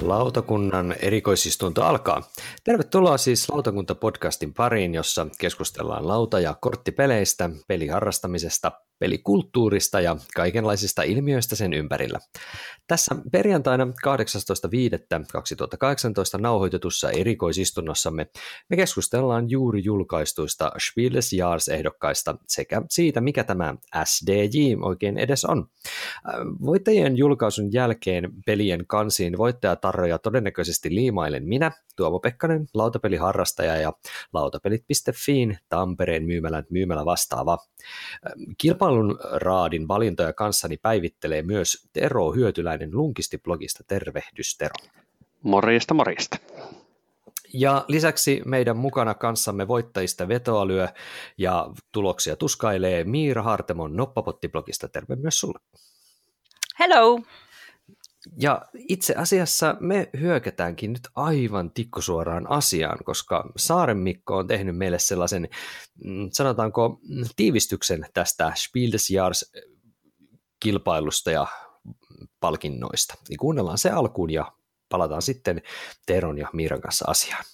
Lautakunnan erikoisistunto alkaa. Tervetuloa siis Lautakunta-podcastin pariin, jossa keskustellaan lauta- ja korttipeleistä, peliharrastamisesta, pelikulttuurista ja kaikenlaisista ilmiöistä sen ympärillä. Tässä perjantaina 18.5.2018 nauhoitetussa erikoisistunnossamme me keskustellaan juuri julkaistuista Spiel des Jahres-ehdokkaista sekä siitä, mikä tämä SDJ oikein edes on. Voittajien julkaisun jälkeen pelien kansiin voittajatarroja todennäköisesti liimailen minä, Tuomo Pekkanen, lautapeliharrastaja ja lautapelit.fiin Tampereen myymälä vastaava. Kilpailun raadin valintoja kanssani päivittelee myös Tero Hyötyläinen Lunkisti-blogista. Tervehdys, Tero. Morjesta, morjesta. Ja lisäksi meidän mukana kanssamme voittajista vetoa lyö ja tuloksia tuskailee Miira Hartemon Noppapotti-blogista. Terve myös sulle. Hello! Ja itse asiassa me hyökätäänkin nyt aivan tikkusuoraan asiaan, koska Saaren Mikko on tehnyt meille sellaisen, sanotaanko, tiivistyksen tästä Spiel des Jahres-kilpailusta ja palkinnoista. Niin kuunnellaan se alkuun ja palataan sitten Teron ja Miiran kanssa asiaan.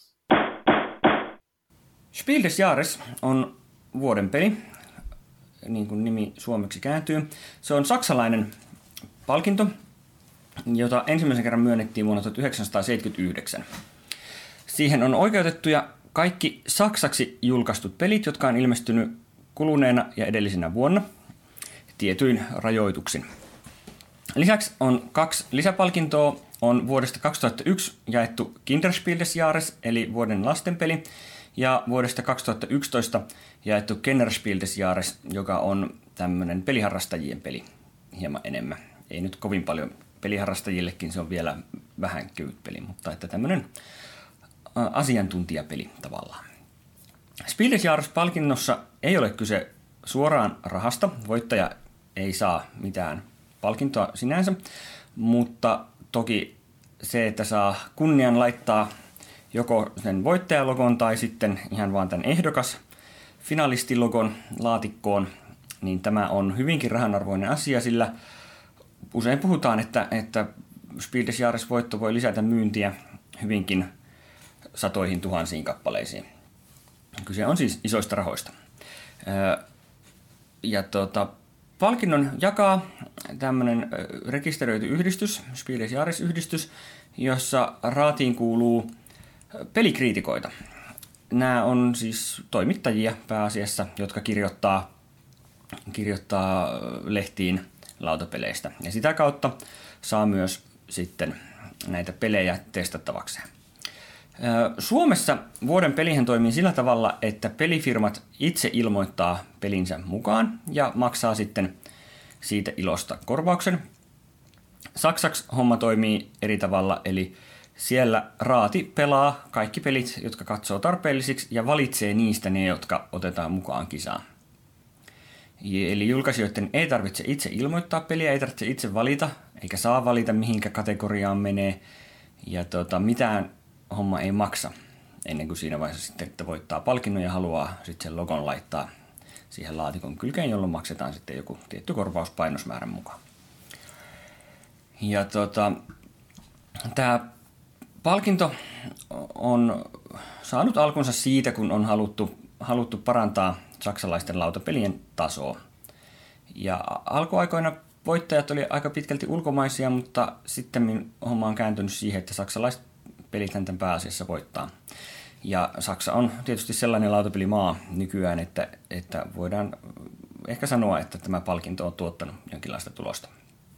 Spiel des Jahres on vuoden peli, niin kuin nimi suomeksi kääntyy. Se on saksalainen palkinto, jota ensimmäisen kerran myönnettiin vuonna 1979. Siihen on oikeutettuja kaikki saksaksi julkaistut pelit, jotka on ilmestynyt kuluneena ja edellisenä vuonna tietyin rajoituksin. Lisäksi on 2 lisäpalkintoa. On vuodesta 2001 jaettu Kinderspiel des Jahres, eli vuoden lastenpeli, ja vuodesta 2011 jaettu Kennerspiel des Jahres, joka on tämmöinen peliharrastajien peli hieman enemmän. Ei nyt kovin paljon. Peliharrastajillekin se on vielä vähän kevyt peli, mutta että tämmöinen asiantuntijapeli tavallaan. Spiel des Jahres-palkinnossa ei ole kyse suoraan rahasta. Voittaja ei saa mitään palkintoa sinänsä, mutta toki se, että saa kunnian laittaa joko sen voittajalogon tai sitten ihan vaan tämän ehdokas finalistilogon laatikkoon, niin tämä on hyvinkin rahanarvoinen asia, sillä usein puhutaan, että Spiel des Jahres-voitto voi lisätä myyntiä hyvinkin satoihin tuhansiin kappaleisiin. Kyse on siis isoista rahoista. Palkinnon jakaa tämmöinen rekisteröity yhdistys, Spiel des Jahres-yhdistys, jossa raatiin kuuluu pelikriitikoita. Nämä on siis toimittajia pääasiassa, jotka kirjoittaa lehtiin lautapeleistä. Ja sitä kautta saa myös sitten näitä pelejä testattavakseen. Suomessa vuoden pelihän toimii sillä tavalla, että pelifirmat itse ilmoittaa pelinsä mukaan ja maksaa sitten siitä ilosta korvauksen. Saksaksi homma toimii eri tavalla, eli siellä raati pelaa kaikki pelit, jotka katsoo tarpeellisiksi ja valitsee niistä ne, jotka otetaan mukaan kisaan. Eli julkaisijoiden ei tarvitse itse ilmoittaa peliä, ei tarvitse itse valita, eikä saa valita mihinkä kategoriaan menee. Ja mitään homma ei maksa ennen kuin siinä vaiheessa sitten, että voittaa palkinnon ja haluaa sitten sen logon laittaa siihen laatikon kylkeen, jolloin maksetaan sitten joku tietty korvaus painosmäärän mukaan. Ja tämä palkinto on saanut alkunsa siitä, kun on haluttu parantaa saksalaisten lautapelien tasoa. Ja alkuaikoina voittajat oli aika pitkälti ulkomaisia, mutta sitten homma on kääntynyt siihen, että saksalaiset pelithän tämän pääasiassa voittaa. Ja Saksa on tietysti sellainen lautapelimaa nykyään, että voidaan ehkä sanoa, että tämä palkinto on tuottanut jonkinlaista tulosta.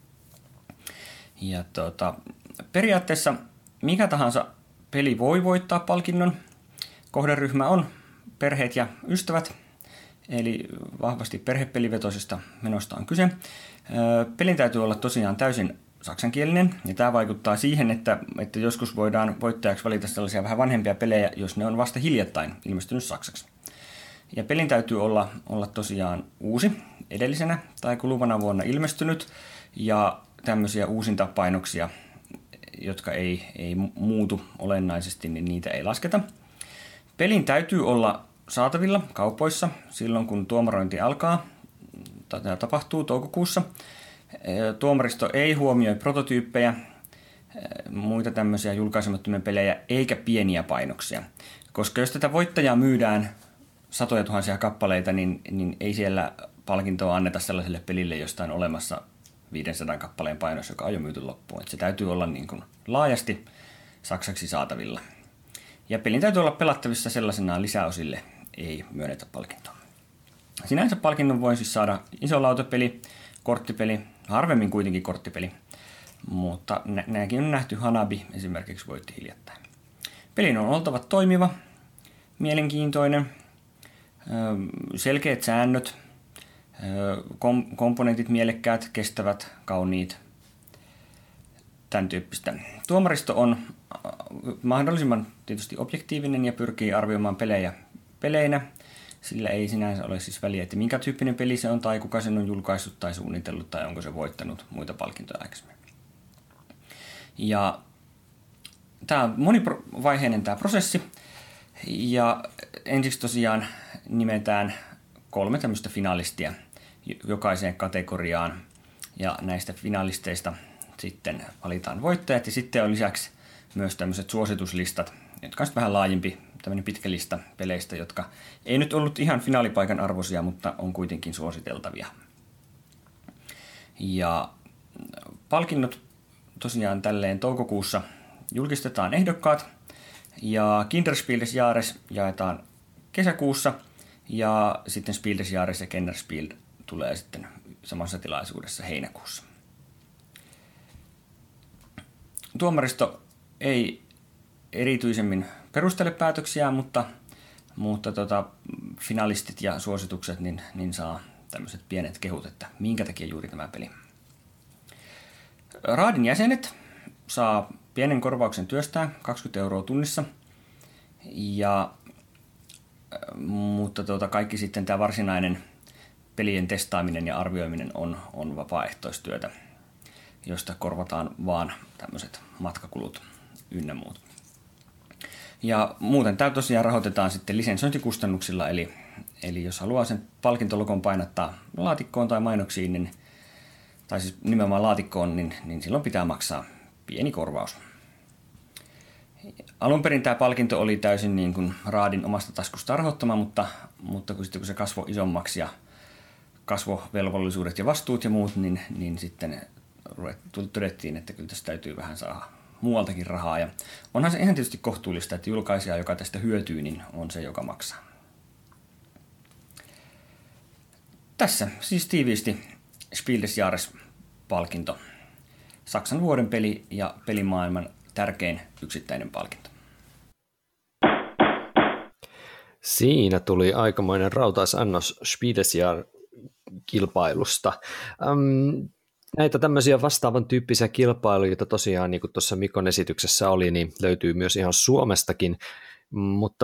Ja periaatteessa mikä tahansa peli voi voittaa palkinnon. Kohderyhmä on perheet ja ystävät, eli vahvasti perhepelivetoisesta menosta on kyse. Pelin täytyy olla tosiaan täysin saksankielinen, ja tämä vaikuttaa siihen, että joskus voidaan voittajaksi valita sellaisia vähän vanhempia pelejä, jos ne on vasta hiljattain ilmestynyt saksaksi. Ja pelin täytyy olla tosiaan uusi, edellisenä tai kuluvana vuonna ilmestynyt, ja tämmöisiä uusintapainoksia, jotka ei muutu olennaisesti, niin niitä ei lasketa. Pelin täytyy olla saatavilla kaupoissa silloin, kun tuomarointi alkaa. Tämä tapahtuu toukokuussa. Tuomaristo ei huomioi prototyyppejä muita tämmöisiä julkaisemattomia pelejä, eikä pieniä painoksia. Koska jos tätä voittajaa myydään satoja tuhansia kappaleita, niin ei siellä palkintoa anneta sellaiselle pelille, josta on olemassa 500 kappaleen painos, joka on jo myyty loppuun. Että se täytyy olla niin kuin laajasti saksaksi saatavilla. Ja pelin täytyy olla pelattavissa sellaisenaan, lisäosille ei myönnetä palkintoa. Sinänsä palkinnon voi siis saada iso lautapeli, korttipeli, harvemmin kuitenkin korttipeli, mutta nämäkin on nähty. Hanabi esimerkiksi voitti hiljattain. Pelin on oltava toimiva, mielenkiintoinen, selkeät säännöt, komponentit mielekkäät, kestävät, kauniit, tämän tyyppistä. Tuomaristo on mahdollisimman tietysti objektiivinen ja pyrkii arvioimaan pelejä peleinä. Sillä ei sinänsä ole siis väliä, että minkä tyyppinen peli se on tai kuka sen on julkaissut tai suunnitellut tai onko se voittanut muita palkintoja aikaisemmin. Ja tämä on monivaiheinen tämä prosessi ja ensiksi tosiaan nimetään 3 tämmöistä finalistia jokaiseen kategoriaan ja näistä finalisteista sitten valitaan voittajat ja sitten on lisäksi myös tämmöiset suosituslistat, jotka on vähän laajempi, tämmöinen pitkä lista peleistä, jotka ei nyt ollut ihan finaalipaikan arvoisia, mutta on kuitenkin suositeltavia. Ja palkinnot tosiaan tälleen toukokuussa julkistetaan ehdokkaat ja Kinderspiel des Jahres jaetaan kesäkuussa ja sitten Spiel des Jahres ja Kennerspiel tulee sitten samassa tilaisuudessa heinäkuussa. Tuomaristo ei erityisemmin perustele päätöksiään, mutta finalistit ja suositukset niin saa tämmöiset pienet kehut, että minkä takia juuri tämä peli. Raadin jäsenet saa pienen korvauksen työstään, 20 € tunnissa, mutta kaikki sitten tämä varsinainen pelien testaaminen ja arvioiminen on vapaaehtoistyötä, josta korvataan vaan tämmöiset matkakulut ynnä muut. Ja muuten tämä tosiaan rahoitetaan sitten lisensointikustannuksilla, eli jos haluaa sen palkintolokon painattaa laatikkoon tai mainoksiin, tai siis nimenomaan laatikkoon, niin silloin pitää maksaa pieni korvaus. Alun perin tämä palkinto oli täysin niin kuin Raadin omasta taskusta rahoittama, mutta kun se kasvoi isommaksi ja kasvoi velvollisuudet ja vastuut ja muut, niin sitten todettiin, että kyllä tästä täytyy vähän saada muualtakin rahaa. Ja onhan se ihan tietysti kohtuullista, että julkaisija, joka tästä hyötyy, niin on se, joka maksaa. Tässä siis tiiviisti Spiel des Jahres-palkinto. Saksan vuoden peli ja pelimaailman tärkein yksittäinen palkinto. Siinä tuli aikamoinen rautaisannos Spiel des Jahres-kilpailusta. Näitä tämmöisiä vastaavan tyyppisiä kilpailuja, tosiaan niin kuin tuossa Mikon esityksessä oli, niin löytyy myös ihan Suomestakin, mutta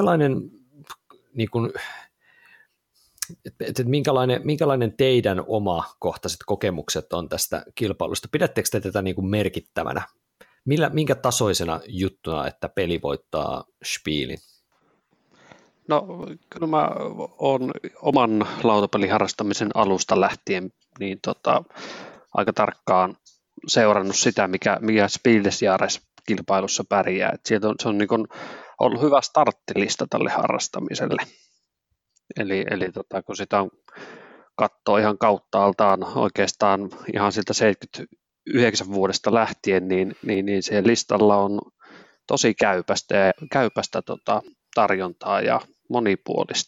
minkälainen teidän omakohtaiset kokemukset on tästä kilpailusta? Pidättekö te tätä niin kuin merkittävänä? Minkä tasoisena juttuna, että peli voittaa Spielin? No kyllä mä oon oman lautapeliharrastamisen alusta lähtien niin aika tarkkaan seurannut sitä, mikä Spiel des Jahres-kilpailussa pärjää. Et sieltä se on niin kun ollut hyvä starttilista tälle harrastamiselle. Eli kun sitä on katsoo ihan kauttaaltaan oikeastaan ihan siltä 79 vuodesta lähtien, niin siellä listalla on tosi käypästä tarjontaa ja monipuolista.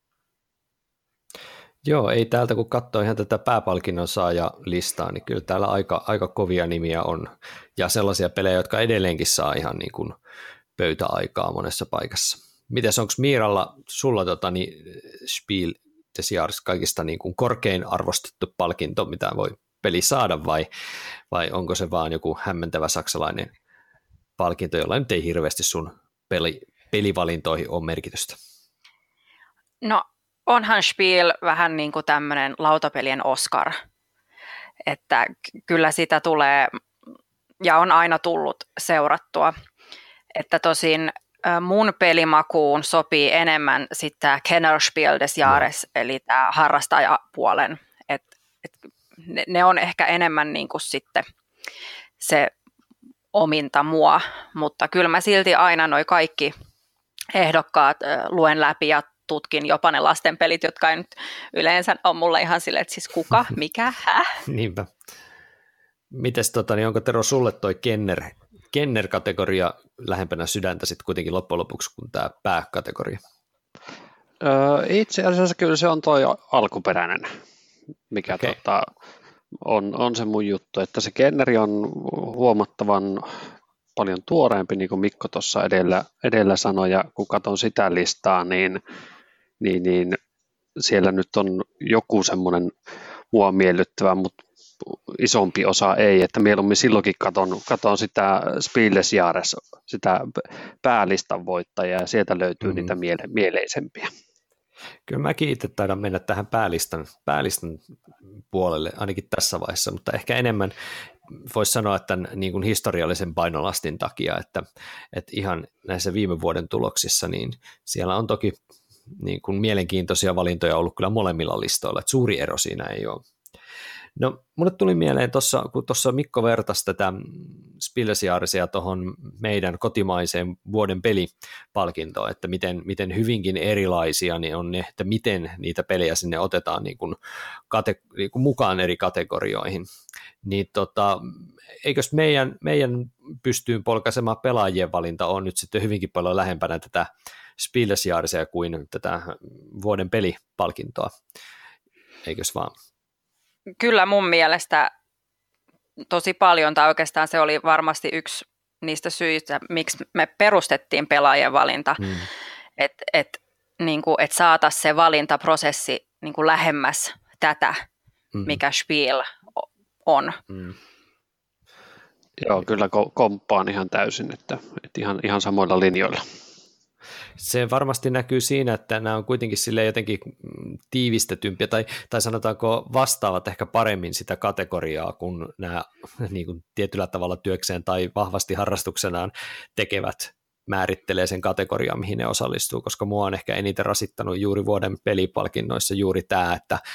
Joo, ei täältä kun katsoo ihan tätä pääpalkinnon saajalistaa, niin kyllä täällä aika kovia nimiä on ja sellaisia pelejä, jotka edelleenkin saa ihan niin kuin pöytäaikaa monessa paikassa. Mites onko Miiralla sulla Spiel des Jahres kaikista niin kuin korkein arvostettu palkinto, mitä voi peli saada vai onko se vaan joku hämmentävä saksalainen palkinto, jolla nyt ei hirveästi sun pelivalintoihin ole merkitystä? No onhan Spiel vähän niin kuin tämmöinen lautapelien Oscar, että kyllä sitä tulee ja on aina tullut seurattua, että tosin mun pelimakuun sopii enemmän sitten tämä Kennerspiel des Jahres, eli tämä harrastajapuolen, että ne on ehkä enemmän niin kuin sitten se ominta mua, mutta kyllä mä silti aina noi kaikki ehdokkaat luen läpi ja tutkin jopa ne lastenpelit, jotka ei nyt yleensä on mulle ihan silleen, että siis kuka, mikä, Niinpä. Mites niin onko Tero sulle toi Kenner-kategoria lähempänä sydäntä sitten kuitenkin loppujen lopuksi kuin tämä pääkategoria? Itse asiassa kyllä se on toi alkuperäinen, mikä on se mun juttu, että se Kenneri on huomattavan paljon tuoreempi, niin kuin Mikko tuossa edellä sanoi, ja kun katson sitä listaa, niin siellä nyt on joku semmoinen mua miellyttävä, mutta isompi osa ei, että mieluummin silloinkin katon sitä Spiel des Jahres, sitä päälistan voittajaa, ja sieltä löytyy niitä mieleisempiä. Kyllä mäkin itse taidan mennä tähän päälistan puolelle, ainakin tässä vaiheessa, mutta ehkä enemmän voisi sanoa, että niin kuin historiallisen painolastin takia, että ihan näissä viime vuoden tuloksissa, niin siellä on toki niin kuin mielenkiintoisia valintoja ollut kyllä molemmilla listoilla, että suuri ero siinä ei ole. No, mulle tuli mieleen kun tuossa Mikko vertasi tätä Spiel des Jahresia tuohon meidän kotimaiseen vuoden pelipalkintoon, että miten hyvinkin erilaisia ne on ne, että miten niitä pelejä sinne otetaan niin kuin mukaan eri kategorioihin. Niin eikös meidän pystyyn polkaisemaan pelaajien valinta on nyt sitten hyvinkin paljon lähempänä tätä Spiel des Jahresia kuin tätä vuoden pelipalkintoa, eikös vaan? Kyllä mun mielestä tosi paljon, tai oikeastaan se oli varmasti yksi niistä syistä, miksi me perustettiin pelaajien valinta, että saataisiin se valintaprosessi niin kuin lähemmäs tätä, mikä Spiel on. Joo, kyllä komppaan ihan täysin, että ihan samoilla linjoilla. Se varmasti näkyy siinä, että nämä on kuitenkin sille jotenkin tiivistetympiä, tai sanotaanko vastaavat ehkä paremmin sitä kategoriaa, kun nämä niin kuin tietyllä tavalla työkseen tai vahvasti harrastuksenaan tekevät määrittelee sen kategorian, mihin ne osallistuu, koska mua on ehkä eniten rasittanut juuri vuoden pelipalkinnoissa juuri tämä,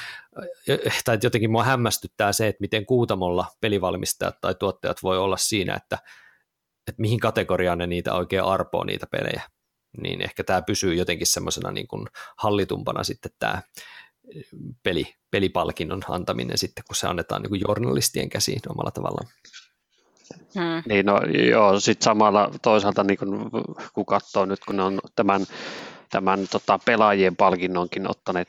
tai jotenkin mua hämmästyttää se, että miten Kuutamolla pelivalmistajat tai tuottajat voi olla siinä, että mihin kategoriaan ne niitä oikein arpoo niitä pelejä. Niin ehkä tämä pysyy jotenkin semmoisena niin kuin hallitumpana sitten tämä pelipalkinnon antaminen sitten, kun se annetaan niin kuin journalistien käsiin omalla tavallaan. Niin no joo, sitten samalla toisaalta niin kun katsoo nyt, kun ne on tämän pelaajien palkinnonkin ottaneet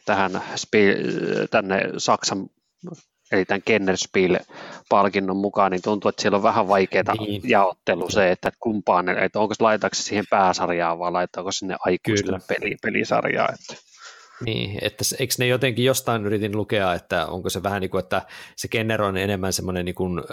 tänne Saksan, eli tämän Kennerspiel-palkinnon mukaan, niin tuntuu, että siellä on vähän vaikeaa jaottelu se, että kumpaan, että onko laitaanko se siihen pääsarjaan vai laitaanko sinne aikuisille pelisarjaa. Että. Niin, että eikö ne jotenkin jostain yritin lukea, että onko se vähän niin kuin, että se Kenner on enemmän semmoinen niin kuin,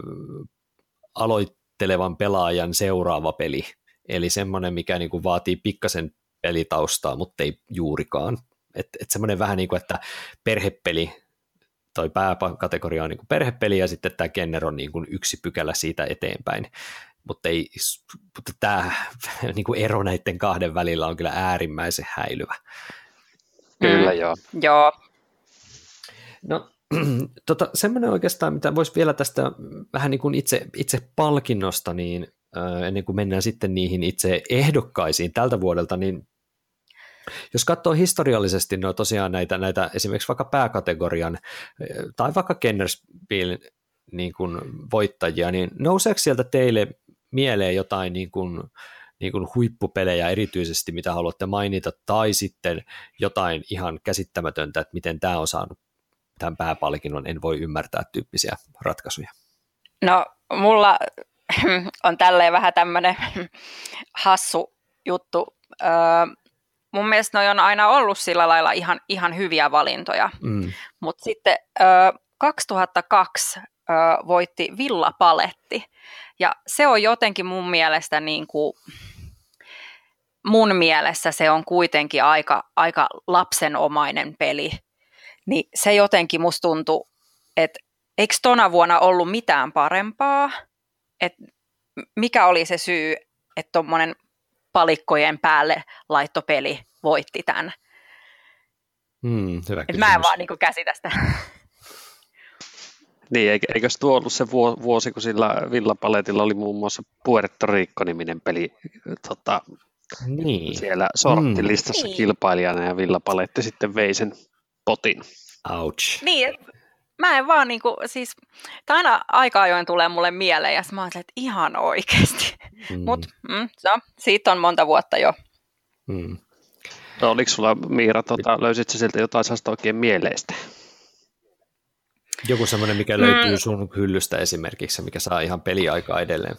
aloittelevan pelaajan seuraava peli, eli semmoinen, mikä niin kuin vaatii pikkasen pelitaustaa, mutta ei juurikaan. Että semmoinen vähän niin kuin, että perhepeli, toi pääkategoria on niin kuin perhepeli, ja sitten tämä Kenner on niin kuin yksi pykälä siitä eteenpäin, mutta tämä niin kuin ero näiden kahden välillä on kyllä äärimmäisen häilyvä. Kyllä, joo. Joo. No, semmoinen oikeastaan, mitä voisi vielä tästä vähän niin kuin itse palkinnosta, niin ennen kuin mennään sitten niihin itse ehdokkaisiin tältä vuodelta, niin jos katsoo historiallisesti no tosiaan näitä esimerkiksi vaikka pääkategorian tai vaikka Kennerspiel niin kuin voittajia, niin nouseeko sieltä teille mieleen jotain niin kuin huippupelejä erityisesti, mitä haluatte mainita, tai sitten jotain ihan käsittämätöntä, että miten tämä on saanut tämän pääpalkinnon, en voi ymmärtää tyyppisiä ratkaisuja? No, mulla on tälleen vähän tämmöinen hassu juttu. Mun mielestä noi on aina ollut sillä lailla ihan hyviä valintoja, mutta sitten 2002 voitti Villa Paletti, ja se on jotenkin mun mielestä niin kuin, mun mielessä se on kuitenkin aika lapsenomainen peli, niin se jotenkin musta tuntuu, että eikö tona vuonna ollut mitään parempaa, että mikä oli se syy, että tommonen palikkojen päälle laittopeli voitti tämän. Hyvä mä en vaan niin käsitä sitä. Niin, eikös tuo ollut se vuosi, kun sillä Villapaletilla oli muun muassa Puerto Rico-niminen peli Niin. siellä sorttilistassa kilpailijana, ja Villapaletti sitten vei sen potin. Ouch. Niin, mä en vaan siis, tämä aina aika ajoin tulee mulle mieleen, ja mä ajattelin, että ihan oikeasti. Mutta siitä on monta vuotta jo. No, oliko sulla, Miira, löysitkö sieltä jotain sellaista oikein mieleistä? Joku semmoinen, mikä löytyy sun hyllystä esimerkiksi, mikä saa ihan peliaikaa edelleen.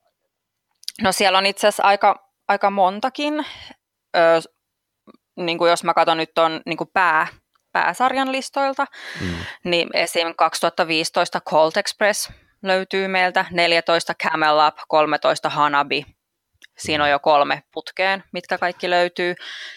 No siellä on itse asiassa aika montakin. Niin kuin jos mä katson nyt on niin kuin pääsarjan listoilta, niin esim. 2015 Colt Express löytyy meiltä, 14 Camel Up, 13 Hanabi. Siinä on jo 3 putkeen, mitkä kaikki löytyy.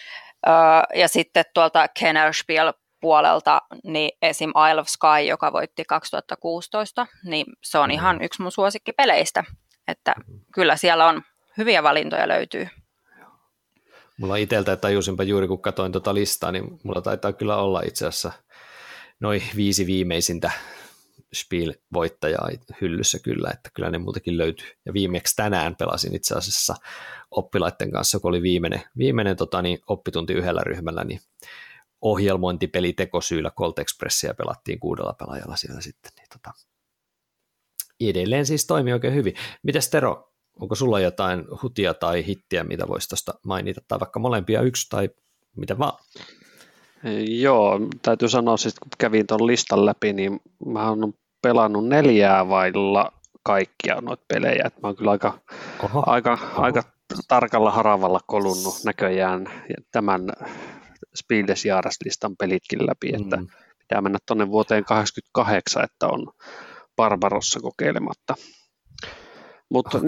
Ja sitten tuolta Kennerspiel puolelta, niin esim. Isle of Skye, joka voitti 2016, niin se on ihan yksi mun suosikkipeleistä. Että kyllä siellä on hyviä valintoja löytyy. Mulla itseltä tajusinpa juuri, kun katsoin tuota listaa, niin mulla taitaa kyllä olla itse asiassa noin 5 viimeisintä Spiel-voittajaa hyllyssä kyllä, että kyllä ne muutakin löytyy. Ja viimeksi tänään pelasin itse asiassa oppilaiden kanssa, kun oli viimeinen oppitunti yhdellä ryhmällä, niin ohjelmointipeli tekosyyllä Colt Expressia pelattiin 6 pelaajalla siellä sitten. Niin edelleen siis toimii oikein hyvin. Mites Tero, onko sulla jotain hutia tai hittiä, mitä voisi tuosta mainita, tai vaikka molempia yksi tai mitä vaan? Joo, täytyy sanoa, siis kun kävin tuon listan läpi, niin mä oon pelannut 4 vailla kaikkia noita pelejä. Et mä oon kyllä aika tarkalla haravalla kolunnut näköjään tämän Spiel des Jahres-listan pelitkin läpi, että pitää mennä tuonne vuoteen 1988, että on Barbarossa kokeilematta. Mutta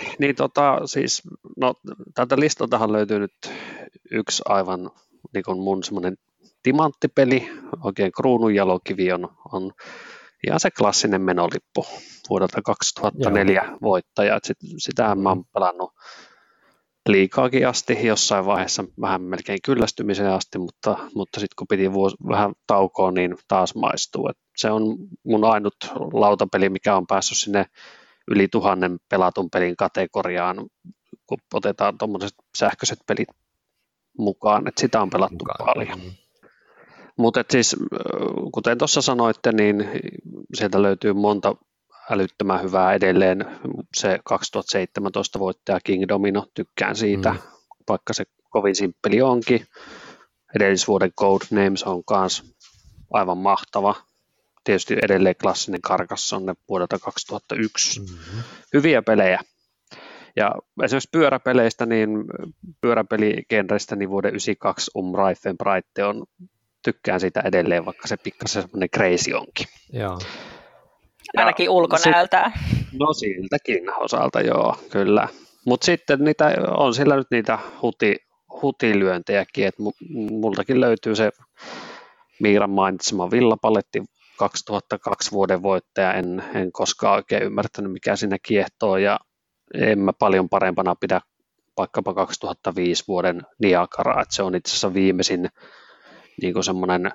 siis, tältä listaltahan löytyy nyt yksi aivan niin kuin mun semmoinen timanttipeli, oikein kruununjalokivi on ihan se klassinen menolippu vuodelta 2004 voittaja. Sitähän mä oon pelannut liikaakin asti, jossain vaiheessa vähän melkein kyllästymiseen asti, mutta sitten kun piti vähän taukoa, niin taas maistuu. Et se on mun ainut lautapeli, mikä on päässyt sinne yli 1000 pelatun pelin kategoriaan, kun otetaan tuommoiset sähköiset pelit mukaan, että sitä on pelattu paljon. Mutta siis, kuten tuossa sanoitte, niin sieltä löytyy monta älyttömän hyvää edelleen. Se 2017 voittaja King Domino, tykkään siitä, vaikka se kovin simppeli onkin. Edellisvuoden Codenames on myös aivan mahtava. Tietysti edelleen klassinen Carcassonne vuodelta 2001. Hyviä pelejä. Ja esimerkiksi pyöräpeleistä, niin pyöräpeligenreistä, niin vuoden 1992 Reifenbreite on, tykkään siitä edelleen, vaikka se pikkasen semmoinen crazy onkin. Joo. Ainakin ulkonäöltään. No siltäkin osalta, joo, kyllä. Mutta sitten niitä, on siellä nyt niitä hutilyöntejäkin, että multakin löytyy se Miiran mainitsema Villapaletti 2002 vuoden voittaja, en koskaan oikein ymmärtänyt, mikä siinä kiehtoo, ja en mä paljon parempana pidä vaikkapa 2005 vuoden Niagaraa, että se on itse asiassa viimeisin niin kuin semmoinen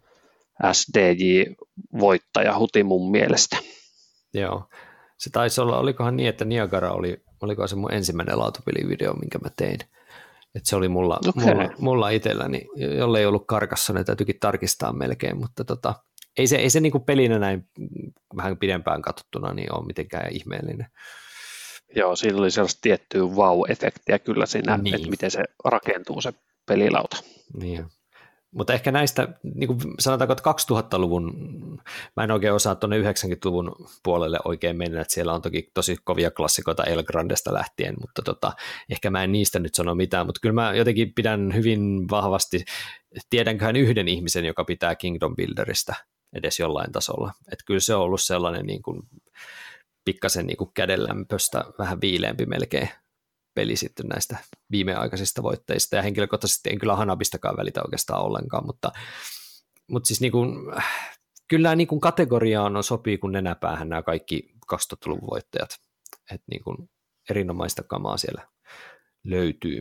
SDJ-voittaja huti mun mielestä. Joo, se taisi olla, olikohan niin, että Niagara oliko se mun ensimmäinen lautapelivideo, minkä mä tein. Että se oli mulla itselläni, jolle ei ollut Carcassonne, täytyykin tarkistaa melkein, mutta ei se niin kuin pelinä näin vähän pidempään katsottuna niin ole mitenkään ihmeellinen. Joo, siinä oli sellaista tiettyä wow-efektiä kyllä siinä, niin. Että miten se rakentuu se pelilauta. Niin. Mutta ehkä näistä, niin kuin sanotaanko, että 2000-luvun, mä en oikein osaa tuonne 90-luvun puolelle oikein mennä, että siellä on toki tosi kovia klassikoita El Grandesta lähtien, mutta ehkä mä en niistä nyt sano mitään, mutta kyllä mä jotenkin pidän hyvin vahvasti, tiedänköhän yhden ihmisen, joka pitää Kingdom Builderista edes jollain tasolla, että kyllä se on ollut sellainen niin kuin pikkasen niin kuin kädenlämpöstä vähän viileämpi melkein peli sitten näistä viimeaikaisista voitteista, ja henkilökohtaisesti en kyllä Hanabistakaan välitä oikeastaan ollenkaan, mutta siis niin kuin, kyllä niin kuin kategoriaan sopii kun nenäpäähän nämä kaikki 2000-luvun voittajat, että niin kuin erinomaista kamaa siellä löytyy.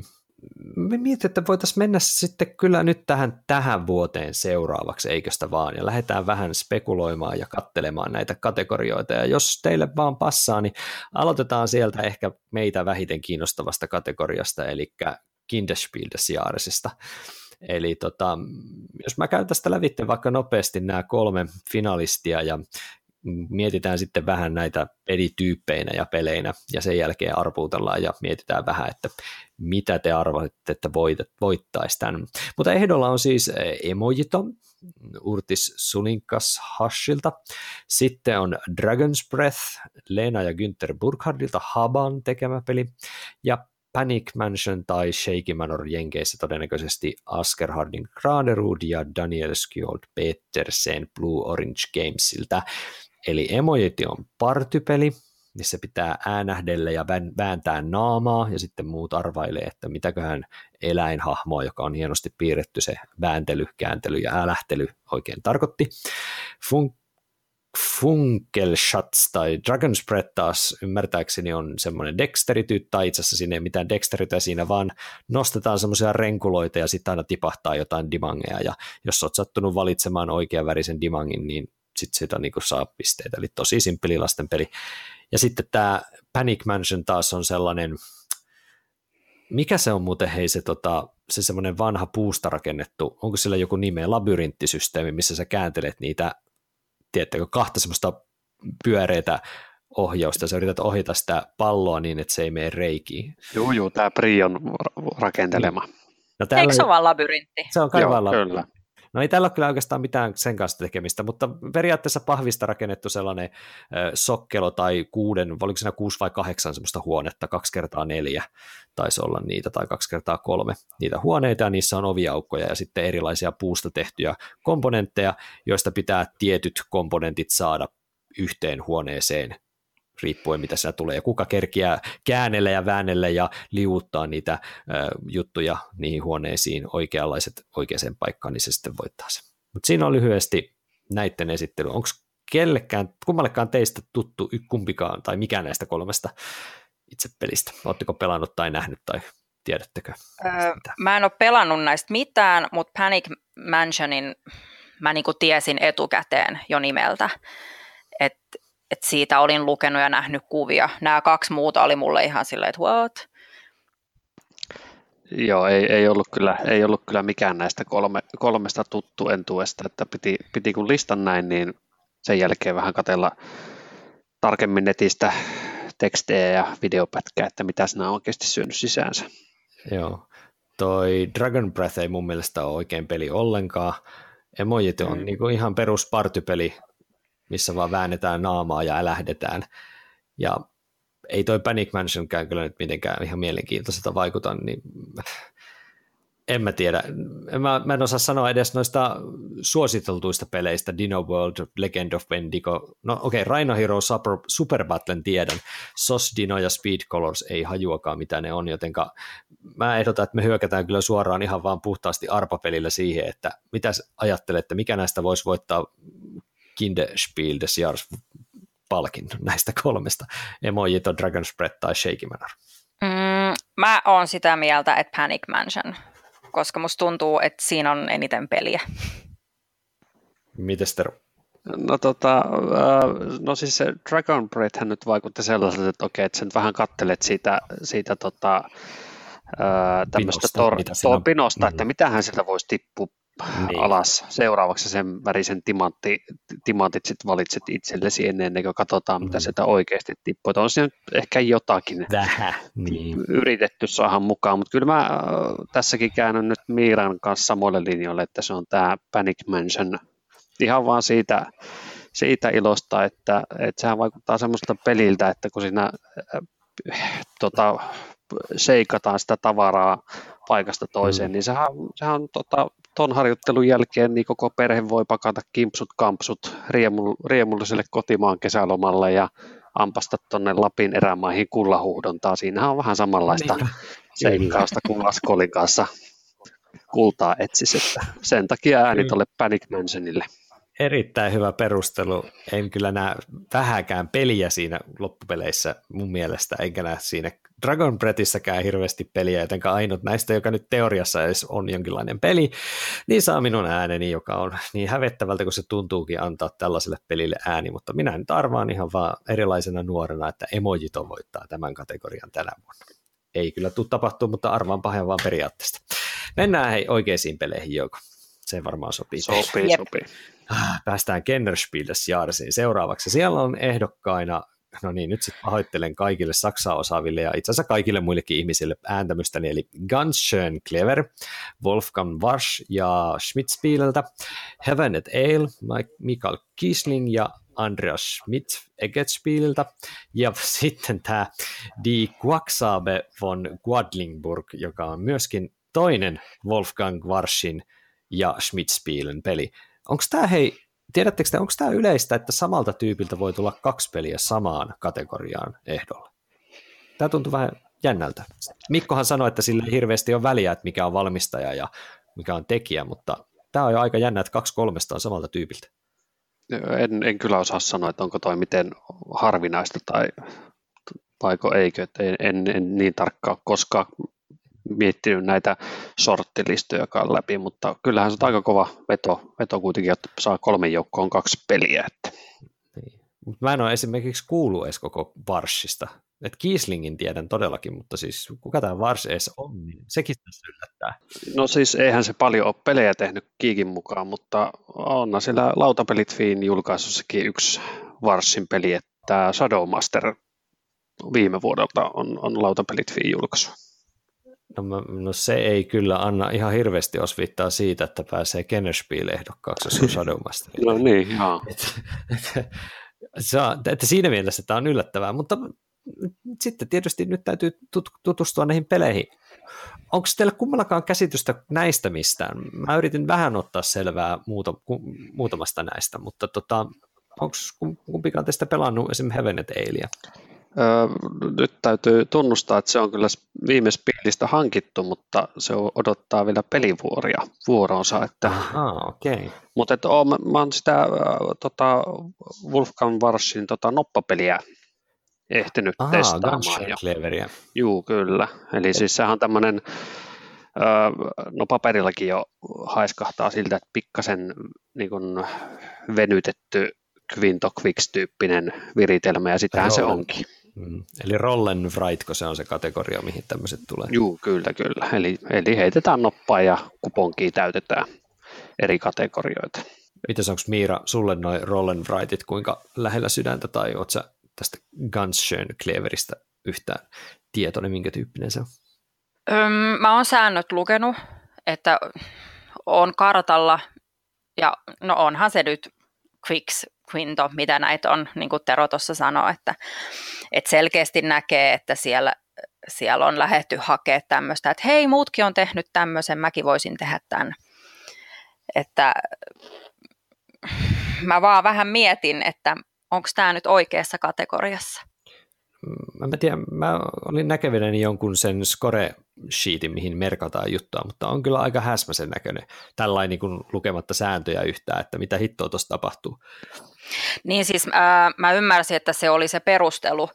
me mietin, että voitaisiin mennä sitten kyllä nyt tähän vuoteen seuraavaksi, eiköstä vaan, ja lähdetään vähän spekuloimaan ja katselemaan näitä kategorioita, ja jos teille vaan passaa, niin aloitetaan sieltä ehkä meitä vähiten kiinnostavasta kategoriasta, eli Kinderspiel des Jahresista. Eli jos mä käyn tästä lävitse vaikka nopeasti nämä 3 finalistia, ja mietitään sitten vähän näitä pelityyppeinä ja peleinä, ja sen jälkeen arvuutellaan ja mietitään vähän, että mitä te arvatte, että voittaisi tämän. Mutta ehdolla on siis Emojito, Urtis Sulinkas Hashilta, sitten on Dragon's Breath, Lena ja Günther Burkhardilta Haban tekemä peli, ja Panic Mansion tai Shaky Manor jenkeissä todennäköisesti Asker Harding Granerud ja Daniel Skjold Petersen Blue Orange Gamesilta. Eli Emojiti on partypeli, missä pitää äänähdellä ja vääntää naamaa, ja sitten muut arvailee, että mitäköhän eläinhahmoa, joka on hienosti piirretty, se vääntely, kääntely ja älähtely oikein tarkoitti. Funkelschatz tai Dragon's Breath taas ymmärtääkseni on semmoinen dexterity, tai itse asiassa siinä ei mitään dexterityä siinä, vaan nostetaan semmoisia renkuloita ja sitten aina tipahtaa jotain dimangeja, ja jos olet sattunut valitsemaan oikean värisen dimangin, niin sitten sitä niin saa pisteitä, eli tosi simppeli lastenpeli. Ja sitten tämä Panic Mansion taas on sellainen, mikä se on muuten, hei se semmoinen vanha puusta rakennettu, onko sillä joku nime, labyrinttisysteemi, missä sä kääntelet niitä, tiedättekö, 2 semmoista pyöreitä ohjausta, sä yrität ohjata sitä palloa niin, että se ei mene reikiin. Joo, tämä Brion rakentelema. No, eikö se ole vaan labyrintti? Se on kai vaan kyllä. No ei tällä ole kyllä oikeastaan mitään sen kanssa tekemistä, mutta periaatteessa pahvista rakennettu sellainen sokkelo tai 6, oliko siinä 6 vai 8 semmoista huonetta, 2x4 taisi olla niitä, tai 2x3 niitä huoneita, ja niissä on oviaukkoja ja sitten erilaisia puusta tehtyjä komponentteja, joista pitää tietyt komponentit saada yhteen huoneeseen, riippuen mitä siinä tulee, ja kuka kerkiää käännellä ja väännellä ja liuuttaa niitä juttuja niihin huoneisiin oikeaan paikkaan, niin se sitten voittaa sen. Mutta siinä on lyhyesti näiden esittely. Onko kummallekaan teistä tuttu kumpikaan tai mikä näistä 3 itse pelistä? Oletteko pelannut tai nähnyt tai tiedättekö? Mä en ole pelannut näistä mitään, mutta Panic Mansionin mä niinku tiesin etukäteen jo nimeltä, että siitä olin lukenut ja nähnyt kuvia. Nämä 2 muuta oli mulle ihan silleen, että what? Joo, ei ollut kyllä mikään näistä 3 tuttu entuesta, että piti kun listan näin, niin sen jälkeen vähän katsella tarkemmin netistä tekstejä ja videopätkää, että mitä nämä on oikeasti syönyt sisäänsä. Joo, toi Dragon Breath ei mun mielestä ole oikein peli ollenkaan. Emojit on niinku ihan perus partypeli, missä vaan väännetään naamaa ja älähdetään. Ja ei toi Panic Mansionkään kyllä nyt mitenkään ihan mielenkiintoiselta vaikuta, niin en mä tiedä. Mä en osaa sanoa edes noista suositeltuista peleistä, Dino World, Legend of Bendigo, no okei, Rhino Hero Super Battlen tiedän, SOS Dino ja Speed Colors ei hajuakaan mitä ne on, jotenka mä ehdotan, että me hyökätään kyllä suoraan ihan vaan puhtaasti arpapelillä siihen, että mitä ajattelette, mikä näistä voisi voittaa Kinderspiel des Jahres palkinnon näistä 3, Emojito, Dragon's Breath tai Shaky Manor? Mä oon sitä mieltä, että Panic Mansion, koska musta tuntuu, että siinä on eniten peliä. Mites Tero? No siis se Dragon Breath hän nyt vaikutti sellaiselta, että okei, että sä nyt vähän kattelet siitä tämmöistä pinosta, että mitähän sieltä voisi tippua alas. Seuraavaksi sen värisen timantit sit valitset itsellesi ennen kuin katsotaan, mitä sieltä oikeasti tippuu. On siinä ehkä jotakin yritetty saada mukaan, mutta kyllä mä tässäkin käännyn nyt Miiran kanssa samoille linjoille, että se on tämä Panic Mansion ihan vaan siitä ilosta, että sehän vaikuttaa semmoiselta peliltä, että kun siinä seikataan sitä tavaraa paikasta toiseen, niin sehän ton harjoittelun jälkeen niin koko perhe voi pakata kimpsut kampsut riemulliselle kotimaan kesälomalle ja ampasta tuonne Lapin erämaihin kullahuuhdontaa. Siinähän on vähän samanlaista seikkausta kuin Laskolin kanssa kultaa etsis, että sen takia ääni tuolle Panic Mansionille. Erittäin hyvä perustelu. En kyllä näe vähäkään peliä siinä loppupeleissä mun mielestä, enkä näe siinä Dragon Breathissäkään hirveästi peliä, jotenka ainut näistä, joka nyt teoriassa edes on jonkinlainen peli, niin saa minun ääneni, joka on niin hävettävältä, kun se tuntuukin antaa tällaiselle pelille ääni, mutta minä nyt arvaan ihan vaan erilaisena nuorena, että Emojito voittaa tämän kategorian tänä vuonna. Ei kyllä tule tapahtua, mutta arvaan pahen vaan periaatteesta. Mennään hei oikeisiin peleihin, Jouko. Se varmaan sopii. Sopii. Päästään Kennerspiel-Jarsiin seuraavaksi. Siellä on ehdokkaina, no niin, nyt sitten pahoittelen kaikille Saksaa osaaville ja itse asiassa kaikille muillekin ihmisille ääntämystäni, eli Ganz schön clever, Wolfgang Warsch ja Schmidt-Spieleltä, Heaven et Ale, Mikael Kiesling ja Andreas Schmidt Egetspieliltä, ja sitten tämä Die Quacksabe von Quadlingburg, joka on myöskin toinen Wolfgang Warschin ja Schmidt-Spielen peli. Onko tämä, hei, tiedättekö te, onko tämä yleistä, että samalta tyypiltä voi tulla 2 peliä samaan kategoriaan ehdolla? Tämä tuntuu vähän jännältä. Mikkohan sanoi, että sillä ei hirveästi ole väliä, että mikä on valmistaja ja mikä on tekijä, mutta tämä on jo aika jännä, että 2-3 on samalta tyypiltä. En kyllä osaa sanoa, että onko toi miten harvinaista tai vaiko eikö, että en niin tarkkaan koskaan miettinyt näitä sorttilistoja läpi, mutta kyllähän se on aika kova veto kuitenkin, että saa 3 joukkoon 2 peliä. Että. Niin. Mä en ole esimerkiksi kuullut edes koko Warschista. Et Kieslingin tiedän todellakin, mutta siis kuka tämä Warsch edes on, niin sekin tässä yllättää. No siis eihän se paljon ole pelejä tehnyt Kiikin mukaan, mutta on siellä Lautapelit-Fiin julkaisussakin yksi Warschin peli, että Shadowmaster viime vuodelta on Lautapelit-Fiin julkaisu. No se ei kyllä anna ihan hirveästi osviittaa siitä, että pääsee Kennerspiel-ehdokkaaksi, jos on Shadowmaster. No niin, joo. Että siinä mielessä tämä on yllättävää, mutta sitten tietysti nyt täytyy tutustua näihin peleihin. Onko teillä kummallakaan käsitystä näistä mistään? Mä yritin vähän ottaa selvää muutamasta näistä, mutta onko kumpikaan teistä pelannut esimerkiksi Heaven et Alea? Nyt täytyy tunnustaa, että se on kyllä viime Spielistä hankittu, mutta se odottaa vielä pelivuoronsa. Okay. Mutta mä oon sitä Wolfgang Warschin noppapeliä ehtinyt testaamaan. Cleveriä. Juu, kyllä. Eli siis sehän on tämmöinen, no paperillakin jo haiskahtaa siltä, että pikkasen niin kuin venytetty Quinto Quicks-tyyppinen viritelmä, ja sitähän se onkin. Eli Rollenvrightko se on se kategoria, mihin tämmöiset tulee? Juu, kyllä. Eli heitetään noppaa ja kuponkia täytetään eri kategorioita. Mites onko Miira, sulle noi Rollenvrightit kuinka lähellä sydäntä, tai ootko sä tästä Ganz schön cleveristä yhtään tietoinen, minkä tyyppinen se on? Mä oon säännöt lukenut, että on kartalla, ja no onhan se nyt Quinto, mitä näitä on, niin kuin Tero tuossa sanoi, että selkeästi näkee, että siellä on lähdetty hakemaan tämmöistä, että hei, muutkin on tehnyt tämmöisen, mäkin voisin tehdä tämän. Että mä vaan vähän mietin, että onko tämä nyt oikeassa kategoriassa. Mä tiedän, mä olin näkevinäni jonkun sen score-sheetin, mihin merkataan juttua, mutta on kyllä aika häsmäisen näköinen, tällainen niin kuin lukematta sääntöjä yhtään, että mitä hittoa tuossa tapahtuu. Niin siis mä ymmärsin, että se oli se perustelu,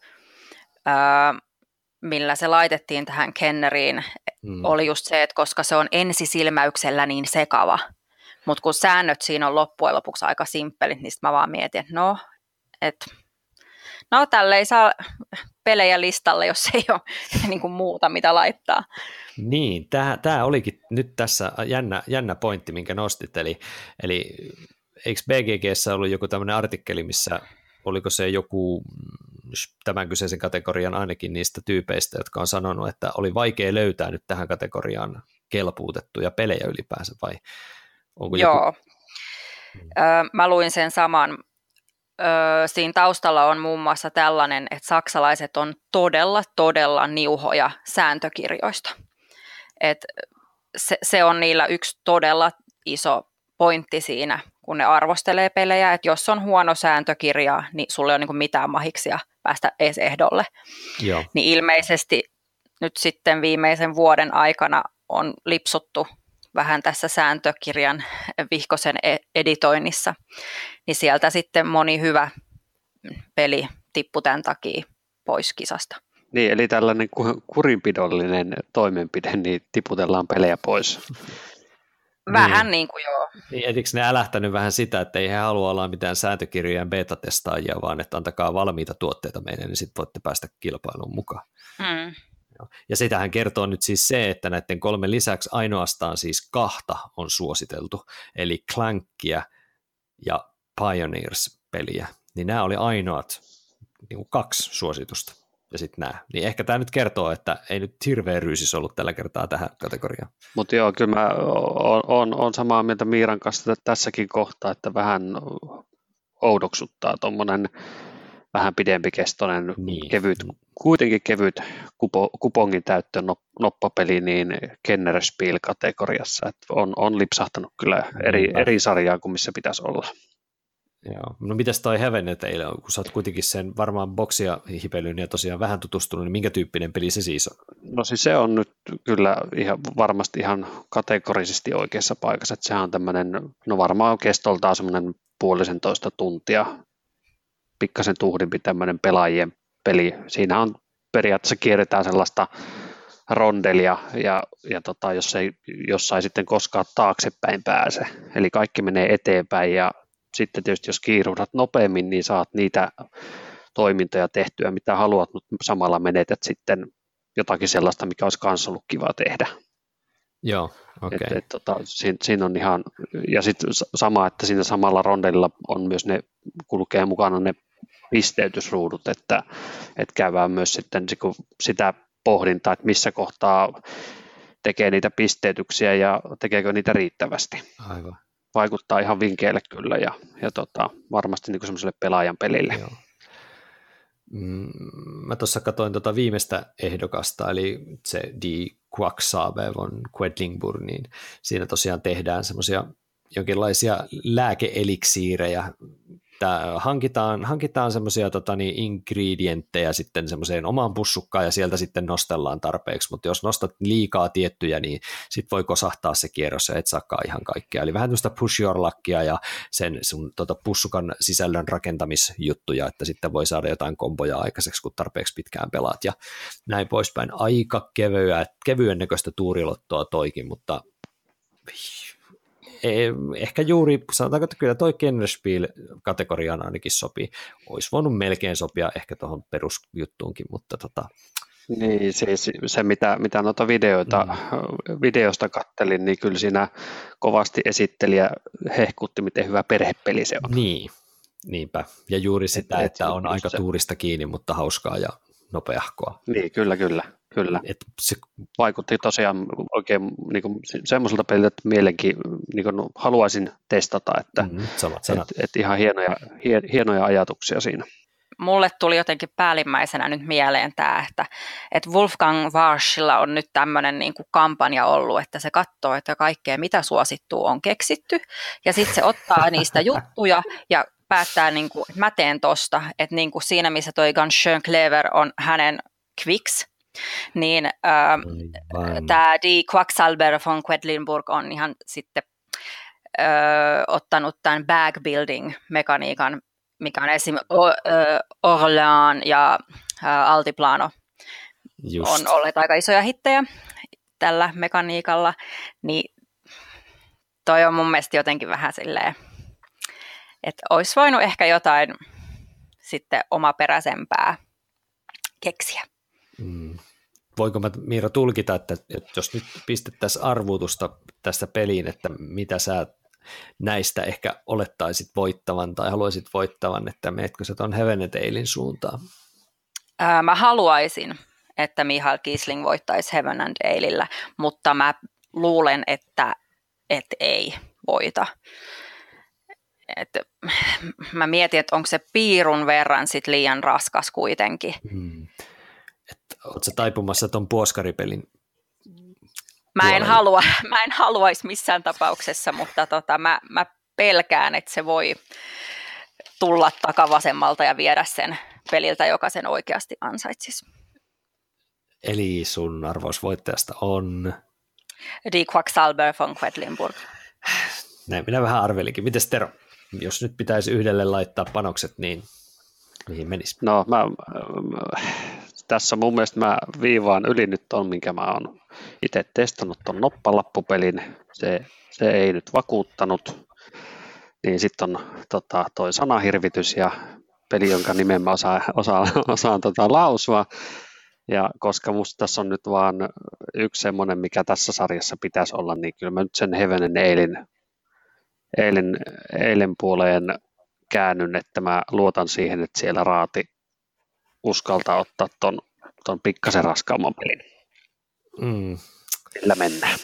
millä se laitettiin tähän Kenneriin, oli just se, että koska se on ensisilmäyksellä niin sekava, mutta kun säännöt siinä on loppujen lopuksi aika simppelit, niin mä vaan mietin, että tälle ei saa pelejä listalle, jos ei ole niin kuin muuta, mitä laittaa. Niin, tämä olikin nyt tässä jännä pointti, minkä nostit, eli eikö BGGssä ollut joku tämmöinen artikkeli, missä oliko se joku tämän kyseisen kategorian ainakin niistä tyypeistä, jotka on sanonut, että oli vaikea löytää nyt tähän kategoriaan kelpuutettuja pelejä ylipäänsä, vai onko joku? Joo, mä luin sen saman. Siinä taustalla on muun muassa tällainen, että saksalaiset on todella niuhoja sääntökirjoista. Et se on niillä yksi todella iso pointti siinä, kun ne arvostelee pelejä, että jos on huono sääntökirja, niin sulla ei ole niin kuin mitään mahiksia päästä edes ehdolle. Joo. Niin ilmeisesti nyt sitten viimeisen vuoden aikana on lipsuttu vähän tässä sääntökirjan vihkosen editoinnissa, niin sieltä sitten moni hyvä peli tippui tämän takia pois kisasta. Niin, eli tällainen kurinpidollinen toimenpide, niin tiputellaan pelejä pois. Vähän niin kuin joo. Niin, etikö ne älähtänyt vähän sitä, että ei he halua olla mitään sääntökirjojen beta-testaajia, vaan että antakaa valmiita tuotteita meille, niin sitten voitte päästä kilpailuun mukaan. Mm. Ja sitähän kertoo nyt siis se, että näiden 3 lisäksi ainoastaan siis 2 on suositeltu, eli Clankia ja Pioneers-peliä, niin nämä oli ainoat niin 2 suositusta. Ja sitten nämä. Niin ehkä tämä nyt kertoo, että ei nyt hirveä ryysis ollut tällä kertaa tähän kategoriaan. Mutta joo, kyllä mä on samaa mieltä Miiran kanssa tässäkin kohtaa, että vähän oudoksuttaa tuommoinen vähän pidempikestoinen, kuitenkin kevyt kupongin täyttö noppapeli niin Kennerspiel-kategoriassa. Et on lipsahtanut kyllä eri sarjaa kuin missä pitäisi olla. Joo. No mitäs toi Heaven teille on, kun sä oot kuitenkin sen varmaan boksia hipelyn ja tosiaan vähän tutustunut, niin minkä tyyppinen peli se siis on? No siis se on nyt kyllä varmasti ihan kategorisesti oikeassa paikassa, että sehän on tämmöinen, no varmaan kestoltaan semmoinen 1,5 tuntia, pikkasen tuhdimpi tämmöinen pelaajien peli. Siinä on periaatteessa kierretään sellaista rondelia ja jos ei sitten koskaan taaksepäin pääse, eli kaikki menee eteenpäin ja sitten tietysti jos kiiruhdat nopeammin, niin saat niitä toimintoja tehtyä, mitä haluat, mutta samalla menetät sitten jotakin sellaista, mikä olisi kanssa ollut kiva tehdä. Joo, okei. Siinä on ihan, ja sitten sama, että siinä samalla rondellilla on myös kulkee mukana ne pisteytysruudut, että käydään myös sitten sitä pohdintaa, että missä kohtaa tekee niitä pisteytyksiä ja tekeekö niitä riittävästi. Aivan. Vaikuttaa ihan vinkeille kyllä ja varmasti niin kuin semmoiselle pelaajan pelille. Joo. Mä tuossa katsoin viimeistä ehdokasta, eli se Die Quacksalber von Quedlinburg, niin siinä tosiaan tehdään semmoisia jonkinlaisia lääkeeliksiirejä. Hankitaan semmoisia ingredienttejä sitten semmoiseen omaan pussukkaan ja sieltä sitten nostellaan tarpeeksi, mutta jos nostat liikaa tiettyjä, niin sitten voi kosahtaa se kierros ja et saakaan ihan kaikkea. Eli vähän tuosta push your luckia ja sen sun pussukan sisällön rakentamisjuttuja, että sitten voi saada jotain komboja aikaiseksi, kun tarpeeksi pitkään pelaat ja näin poispäin. Aika kevyen näköistä tuurilottoa toikin, mutta ehkä juuri, sanotaanko, että kyllä toi Kennerspiel-kategoriaan ainakin sopii. Olisi voinut melkein sopia ehkä tuohon perusjuttuunkin, mutta Niin, se mitä noita videosta kattelin, niin kyllä siinä kovasti esittelijä hehkutti, miten hyvä perhepeli se on. Niin, niinpä. Ja juuri sitä, että on aika tuurista kiinni, mutta hauskaa ja nopeahkoa. Niin, kyllä. Se vaikutti tosiaan oikein niin semmoiselta peliltä, että mielenkin niin haluaisin testata, että ihan hienoja ajatuksia siinä. Mulle tuli jotenkin päällimmäisenä nyt mieleen tämä, että Wolfgang Warschilla on nyt tämmöinen niin kuin kampanja ollut, että se katsoo, että kaikkea mitä suosittua on keksitty, ja sitten se ottaa niistä juttuja ja päättää, niin kuin, että mä teen tosta, että niin kuin siinä missä toi Ganz schön clever on hänen Quicks, niin tämä Die Quacksalber von Quedlinburg on ihan sitten ottanut tämän bag building mekaniikan, mikä on esimerkiksi Orléans ja Altiplano on olleet aika isoja hittejä tällä mekaniikalla, niin toi on mun mielestä jotenkin vähän silleen, että olisi voinut ehkä jotain sitten omaperäisempää keksiä. Voinko mä, Miira, tulkita, että jos nyt pistettäisiin arvuutusta tästä peliin, että mitä sä näistä ehkä olettaisit voittavan tai haluaisit voittavan, että meetkö sä ton Heaven and Tailin suuntaan? Mä haluaisin, että Michael Kiesling voittaisi Heaven and Tailillä, mutta mä luulen, että ei voita. Mä mietin, että onko se piirun verran sit liian raskas kuitenkin. Oletko sä taipumassa ton puoskaripelin? Mä en haluaisi missään tapauksessa, mutta mä pelkään, että se voi tulla takavasemmalta ja viedä sen peliltä, joka sen oikeasti ansaitsisi. Eli sun arvaus voittajasta on? Die Quacksalber von Quedlinburg. Näin minä vähän arvelinkin. Mites Tero? Jos nyt pitäisi yhdelle laittaa panokset, niin mihin menisi? No tässä mun mielestä mä viivaan yli nyt ton, minkä mä oon itse testannut ton noppalappupelin. Se ei nyt vakuuttanut. Niin sitten on toi sanahirvitys ja peli, jonka nimen mä osaan lausua. Ja koska musta tässä on nyt vaan yksi semmoinen, mikä tässä sarjassa pitäisi olla, niin kyllä mä nyt sen Heaven eilen puoleen käännyn, että mä luotan siihen, että siellä Raati uskaltaa ottaa ton pikkasen raskaamman pelin. Sillä mennään.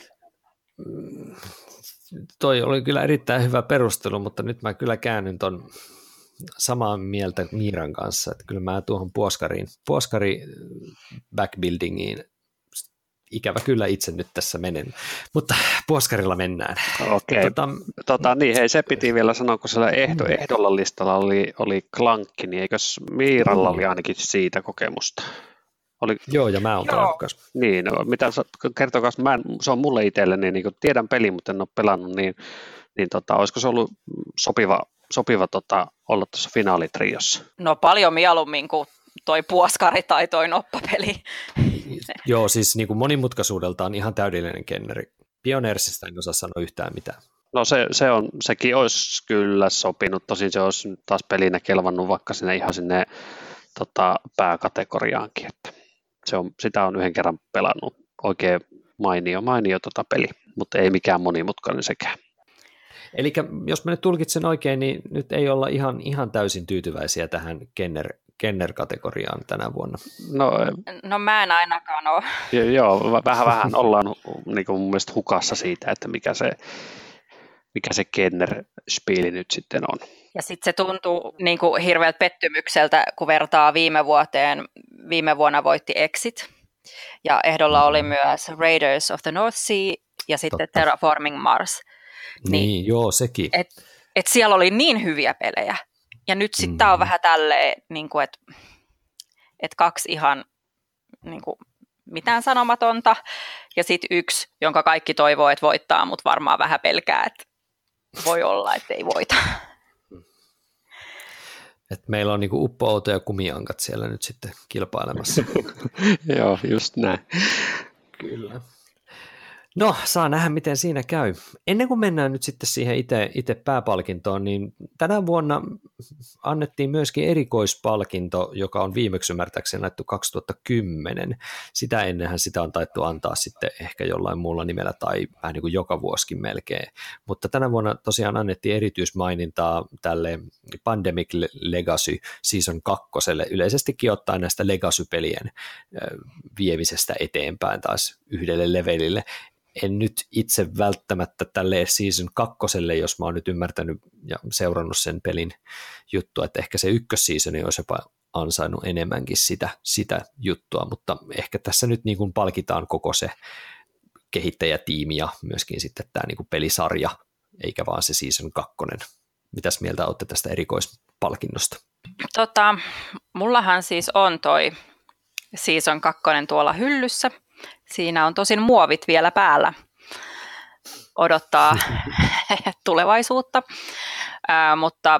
Toi oli kyllä erittäin hyvä perustelu, mutta nyt mä kyllä käännyn ton samaa mieltä Miiran kanssa, että kyllä mä tuohon puoskari backbuildingiin ikävä kyllä itse nyt tässä menen, mutta puoskarilla mennään. Okei, niin hei, se piti vielä sanoa, kun siellä ehdolla listalla oli klankki, niin eikös Miiralla oli ainakin siitä kokemusta? Joo, ja mä oon pelannut. Niin, no, mitä kertokaa, se on mulle itselleni, niin kun tiedän pelin, mutta en ole pelannut, niin olisiko se ollut sopiva olla tuossa finaalitriossa? No paljon mieluummin kuin toi puoskari tai toi noppapeli. Joo, siis niin kuin monimutkaisuudeltaan ihan täydellinen kenneri. Pioneersista en osaa sanoa yhtään mitään. No sekin olisi kyllä sopinut, tosin se olisi taas pelinä kelvannut vaikka ihan sinne pääkategoriaankin, että sitä on yhden kerran pelannut, oikein mainio peli, mutta ei mikään monimutkainen sekään. Eli jos mä nyt tulkitsen oikein, niin nyt ei olla ihan täysin tyytyväisiä tähän Kenner-kategoriaan tänä vuonna. No mä en ainakaan ole. Joo, vähän ollaan niin kuin mun mielestä hukassa siitä, että mikä se Kenner-spiili nyt sitten on. Ja sitten se tuntuu niin kuin hirveältä pettymykseltä, kun vertaa viime vuoteen. Viime vuonna voitti Exit, ja ehdolla oli myös Raiders of the North Sea, ja sitten Terraforming Mars. Niin, joo, sekin. Et siellä oli niin hyviä pelejä, ja nyt sitten tämä on vähän tälleen, niin että kaksi ihan niin kuin, mitään sanomatonta, ja sitten yksi, jonka kaikki toivoo, että voittaa, mutta varmaan vähän pelkää, että voi olla, että ei voita. Et meillä on niinku Uppo-Outo ja Kumiankat siellä nyt sitten kilpailemassa. Joo, just näin. Kyllä. No, saa nähdä, miten siinä käy. Ennen kuin mennään nyt sitten siihen itse pääpalkintoon, niin tänä vuonna annettiin myöskin erikoispalkinto, joka on viimeksi ymmärtääkseni annettu 2010. Sitä ennenhän sitä on taittu antaa sitten ehkä jollain muulla nimellä tai vähän niin kuin joka vuosikin melkein. Mutta tänä vuonna tosiaan annettiin erityismainintaa tälle Pandemic Legacy Season 2. Yleisestikin ottaen näistä Legacy-pelien viemisestä eteenpäin taas yhdelle levelille. En nyt itse välttämättä tälle Season 2, jos mä oon nyt ymmärtänyt ja seurannut sen pelin juttua, että ehkä se ykkösseasoni olisi jopa ansainnut enemmänkin sitä juttua, mutta ehkä tässä nyt niin kuin palkitaan koko se kehittäjätiimi ja myöskin sitten tämä niin kuin pelisarja, eikä vaan se Season 2. Mitäs mieltä olette tästä erikoispalkinnosta? Mullahan siis on toi Season 2 tuolla hyllyssä. Siinä on tosin muovit vielä päällä. Odottaa tulevaisuutta, mutta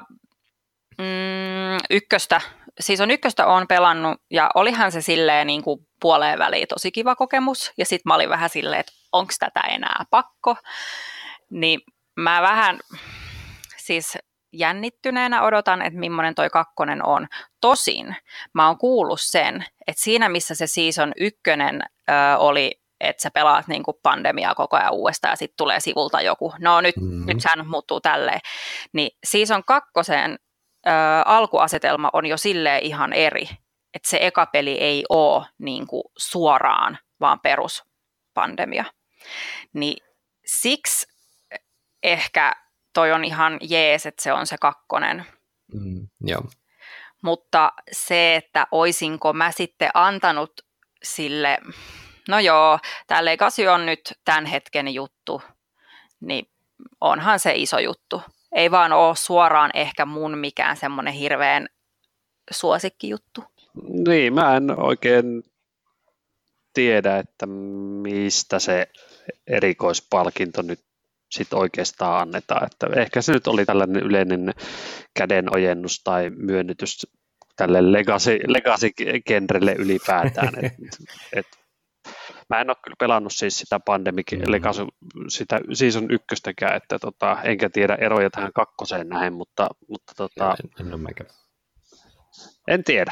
Season 1 on pelannut ja olihan se silleen niin kuin puoleen väliin tosi kiva kokemus ja sitten mä olin vähän silleen, että onko tätä enää pakko, niin mä vähän siis jännittyneenä odotan, että millainen toi 2 on. Tosin mä oon kuullut sen, että siinä missä se Season 1 oli, että sä pelaat niin kuin pandemiaa koko ajan uudestaan ja sitten tulee sivulta joku, no nyt säännöt muuttuu tälleen, niin Season 2 alkuasetelma on jo silleen ihan eri, että se eka peli ei ole niin kuin suoraan vaan peruspandemia. Niin siksi ehkä toi on ihan jees, että se on se 2. Joo. Mutta se, että oisinko mä sitten antanut sille, no joo, tämä Legacy on nyt tämän hetken juttu, niin onhan se iso juttu. Ei vaan ole suoraan ehkä mun mikään semmoinen hirveän suosikkijuttu. Niin, mä en oikein tiedä, että mistä se erikoispalkinto nyt sitten oikeastaan annetaan. Että ehkä se nyt oli tällainen yleinen kädenojennus tai myönnytys tälle legacy-genrelle ylipäätään. Mä en ole kyllä pelannut siis sitä Pandemic Legacy, sitä Season 1:stäkään, että enkä tiedä eroja tähän 2:een näin, mutta en ole mäkään. En tiedä,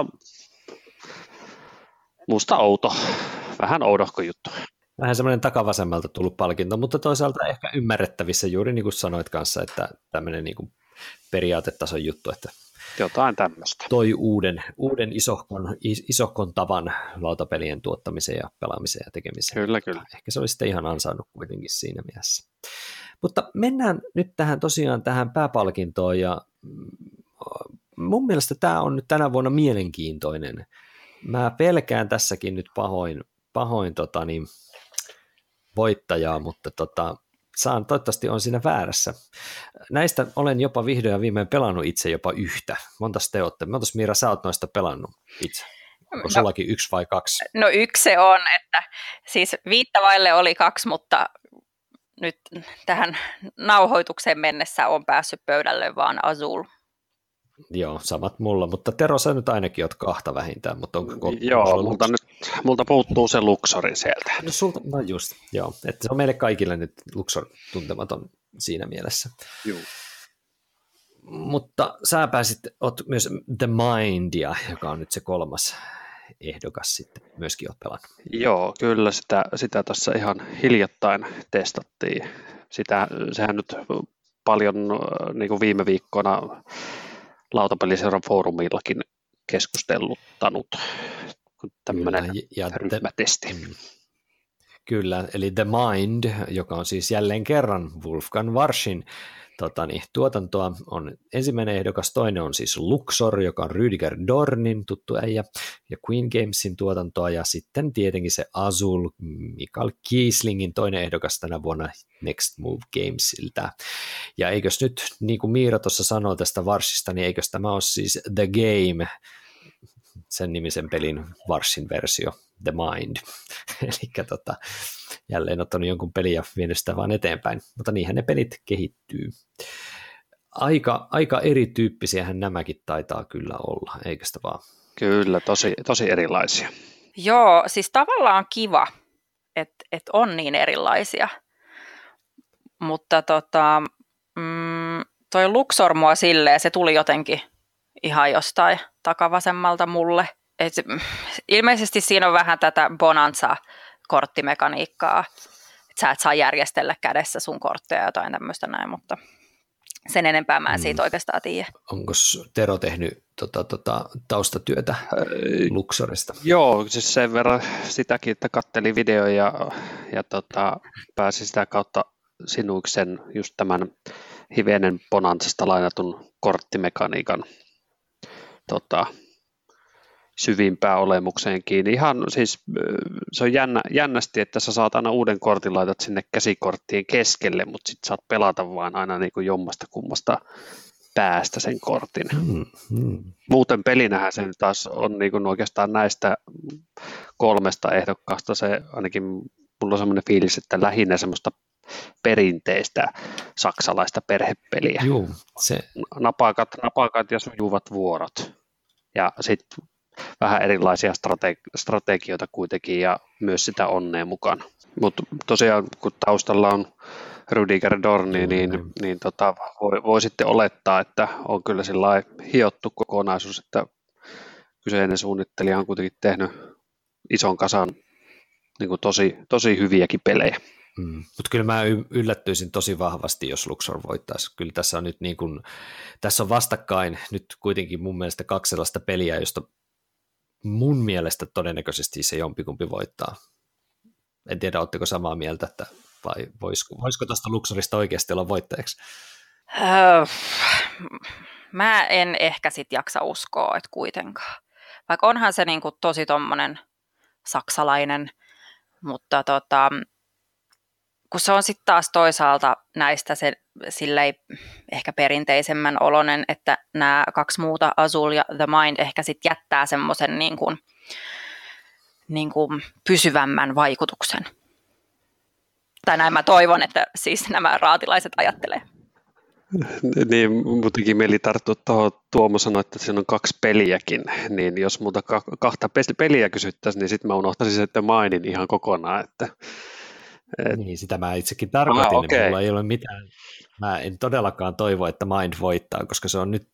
musta outo, vähän oudohko juttu. Vähän semmoinen takavasemmalta tullut palkinto, mutta toisaalta ehkä ymmärrettävissä juuri niin kuin sanoit kanssa, että tämmöinen niin kuin periaatetason juttu, että jotain tämmöistä. Toi uuden isohkon tavan lautapelien tuottamiseen ja pelaamiseen ja tekemiseen. Kyllä. Ehkä se olisi sitten ihan ansainnut kuitenkin siinä mielessä. Mutta mennään nyt tosiaan tähän pääpalkintoon ja mun mielestä tämä on nyt tänä vuonna mielenkiintoinen. Mä pelkään tässäkin nyt pahoin voittajaa, mutta toivottavasti on siinä väärässä. Näistä olen jopa vihdoin ja viimein pelannut itse jopa yhtä. Montas te olette? Montas Miira sä oot noista pelannut itse? Onko sullakin 1 vai 2? No 1 se on, että siis viittavaille oli 2, mutta nyt tähän nauhoitukseen mennessä on päässyt pöydälle vaan Azul. Joo, samat mulla, mutta Tero, sä nyt ainakin oot 2 vähintään, mutta onko joo, multa puuttuu se Luxori sieltä. No just, joo, että se on meille kaikille nyt Luxor tuntematon siinä mielessä. Joo. Mutta sä oot myös The Mindia, joka on nyt se 3. ehdokas sitten, myöskin oot pelannut. Joo, kyllä sitä tuossa ihan hiljattain testattiin. Sehän nyt paljon niin kuin viime viikkoina lautapeliseuran foorumillakin keskusteluttanut tämmöinen ryhmätesti. Kyllä, eli The Mind, joka on siis jälleen kerran Wolfgang Warschin tuotantoa, on ensimmäinen ehdokas, toinen on siis Luxor, joka on Rüdiger Dornin tuttu äijä, ja Queen Gamesin tuotantoa, ja sitten tietenkin se Azul, Mikael Kieslingin toinen ehdokas tänä vuonna Next Move Gamesiltä. Ja eikös nyt, niin kuin Miira tuossa sanoi tästä Warschista, niin eikös tämä ole siis The Game, sen nimisen pelin Warschin versio, The Mind. Eli jälleen ottanut jonkun pelin ja vienyt sitä vaan eteenpäin, mutta niinhän ne pelit kehittyy. Aika erityyppisiähän nämäkin taitaa kyllä olla, eikö sitä vaan? Kyllä, tosi erilaisia. Joo, siis tavallaan kiva, että on niin erilaisia, mutta toi Luxor mua silleen, se tuli jotenkin ihan jostain takavasemmalta mulle. Ilmeisesti siinä on vähän tätä Bonanza-korttimekaniikkaa, että sä et saa järjestellä kädessä sun kortteja ja jotain tämmöistä näin, mutta sen enempää mä en siitä oikeastaan tiedä. Onko Tero tehnyt taustatyötä Luxorista? Joo, siis sen verran sitäkin, että katteli videoja ja pääsi sitä kautta sinuiksen just tämän hivenen Bonanzasta lainatun korttimekaniikan syvimpään olemukseen kiinni. Ihan siis se on jännästi, että sä saat aina uuden kortin, laitat sinne käsikorttien keskelle, mutta sit saat pelata vaan aina niin kuin jommasta kummasta päästä sen kortin. Muuten pelinähän se taas on niin kuin oikeastaan näistä 3 ehdokkaasta se ainakin mulla on semmoinen fiilis, että lähinnä semmoista perinteistä saksalaista perhepeliä. Joo, se napakat ja sujuvat vuorot. Ja sitten vähän erilaisia strategioita kuitenkin ja myös sitä onnea mukana. Mutta tosiaan kun taustalla on Rüdiger Dorni, niin voi sitten olettaa, että on kyllä sillä hiottu kokonaisuus, että kyseinen suunnittelija on kuitenkin tehnyt ison kasan niin kuin tosi hyviäkin pelejä. Mutta kyllä mä yllättyisin tosi vahvasti, jos Luxor voittaisi. Kyllä tässä on nyt niin kuin, tässä on vastakkain nyt kuitenkin mun mielestä 2 sellaista peliä, josta mun mielestä todennäköisesti se jompikumpi voittaa. En tiedä, ootteko samaa mieltä, että vai voisiko tuosta Luxorista oikeasti olla voittajaksi? Mä en ehkä sit jaksa uskoa, että kuitenkaan. Vaikka onhan se niinku tosi tommonen saksalainen, mutta kun se on sitten taas toisaalta näistä silleen ehkä perinteisemmän oloinen, että nämä 2 muuta, Azul ja The Mind, ehkä sitten jättää semmoisen niin kuin pysyvämmän vaikutuksen. Tai näin mä toivon, että siis nämä raatilaiset ajattelee. Niin, muutenkin mieli tarttua tuohon, Tuomo sanoi, että siinä on 2 peliäkin, niin jos muuta 2 peliä kysyttäisiin, niin sitten mä unohtaisin sitten mainin ihan kokonaan, että Niin, sitä mä itsekin tarkoitin, okei. Mulla ei ole mitään, mä en todellakaan toivo, että Mind voittaa, koska se on nyt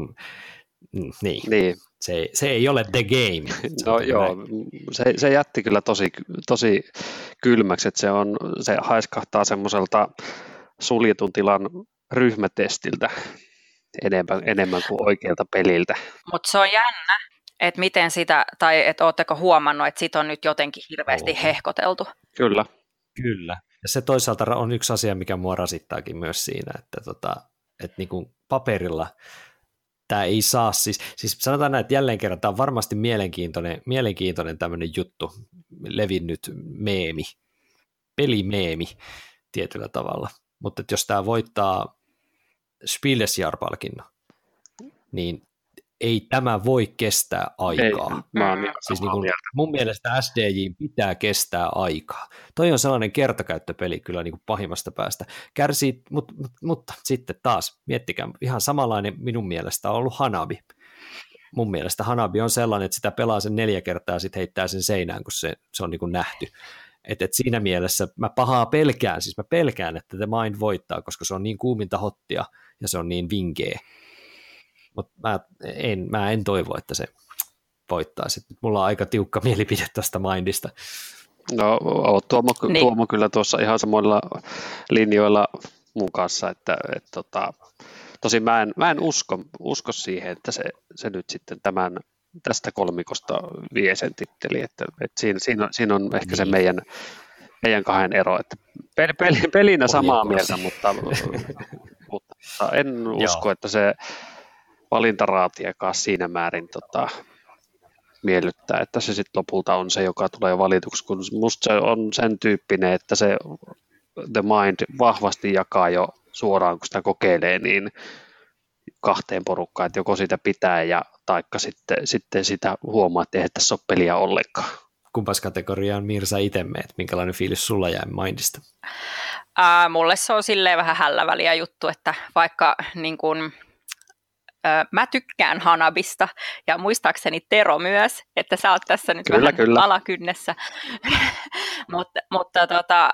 niin. Se ei ole the game. No joo, se jätti kyllä tosi kylmäksi, että se haiskahtaa semmoiselta suljetun tilan ryhmätestiltä enemmän kuin oikealta peliltä. Mutta se on jännä, että miten sitä, tai että ootteko huomannut, että sit on nyt jotenkin hirveästi hehkoteltu. Kyllä. Ja se toisaalta on yksi asia, mikä mua rasittaakin myös siinä, että niin kuin paperilla tämä ei saa, siis sanotaan näin, että jälleen kerran tämä on varmasti mielenkiintoinen tämmöinen juttu, levinnyt pelimeemi tietyllä tavalla, mutta jos tämä voittaa Spiel des Jahres-palkinnon, niin ei tämä voi kestää aikaa. Siis niin kuin mun mielestä SDJ pitää kestää aikaa. Toi on sellainen kertakäyttöpeli kyllä niin kuin pahimmasta päästä. Kärsii, mutta sitten taas, miettikää, ihan samanlainen minun mielestä on ollut Hanabi. Mun mielestä Hanabi on sellainen, että sitä pelaa sen 4 kertaa ja sitten heittää sen seinään, kun se on niin kuin nähty. Et siinä mielessä mä pelkään, että The Mind voittaa, koska se on niin kuuminta hottia ja se on niin vinkeä. Mutta mä en toivo, että se voittaisi. Mulla on aika tiukka mielipide tästä Mindista. No, Tuomo kyllä tuossa ihan samoilla linjoilla mun kanssa, että tosin mä en usko siihen, että se nyt sitten tästä kolmikosta vie sen titteli, että siinä on ehkä se meidän 2 ero, että pelinä samaa mieltä, mutta en usko, että se valintaraatiakaan siinä määrin miellyttää, että se sitten lopulta on se, joka tulee valituksi, kun musta se on sen tyyppinen, että se The Mind vahvasti jakaa jo suoraan, kun sitä kokeilee, niin 2 porukkaan, että joko sitä pitää taikka sitten sitä huomaa, että eihän tässä ole peliä ollenkaan. Kumpas kategoriaan Mirsa itse meet? Minkälainen fiilis sulla jäi Mindista? Mulle se on silleen vähän hälläväliä juttu, että vaikka niin kun, mä tykkään Hanabista ja muistaakseni Tero myös, että sä oot tässä nyt kyllä. alakynnessä, mutta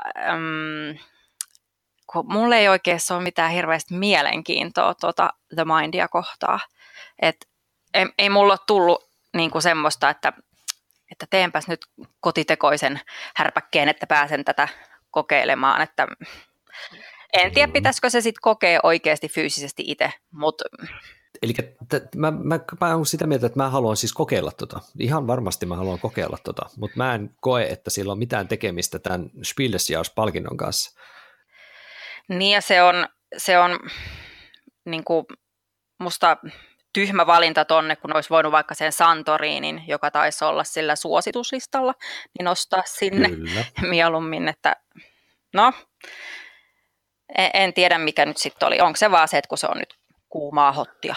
kun mulle ei oikein ole mitään hirveästi mielenkiintoa The Mindia kohtaa, että ei mulla ole tullut niinku semmoista, että teenpäs nyt kotitekoisen härpäkkeen, että pääsen tätä kokeilemaan, että en tiedä, pitäisikö se sitten kokea oikeasti fyysisesti itse, mutta Eli mä olen sitä mieltä, että mä haluan siis kokeilla Ihan varmasti mä haluan kokeilla mutta mä en koe, että sillä on mitään tekemistä tämän Spiel des Jahres-palkinnon kanssa. Niin ja se on niin kuin musta tyhmä valinta tonne, kun olisi voinut vaikka sen Santorinin, joka taisi olla sillä suosituslistalla, niin nostaa sinne mieluummin, että no, en tiedä mikä nyt sitten oli. Onko se vaan se, että kun se on nyt kuumaa hottia?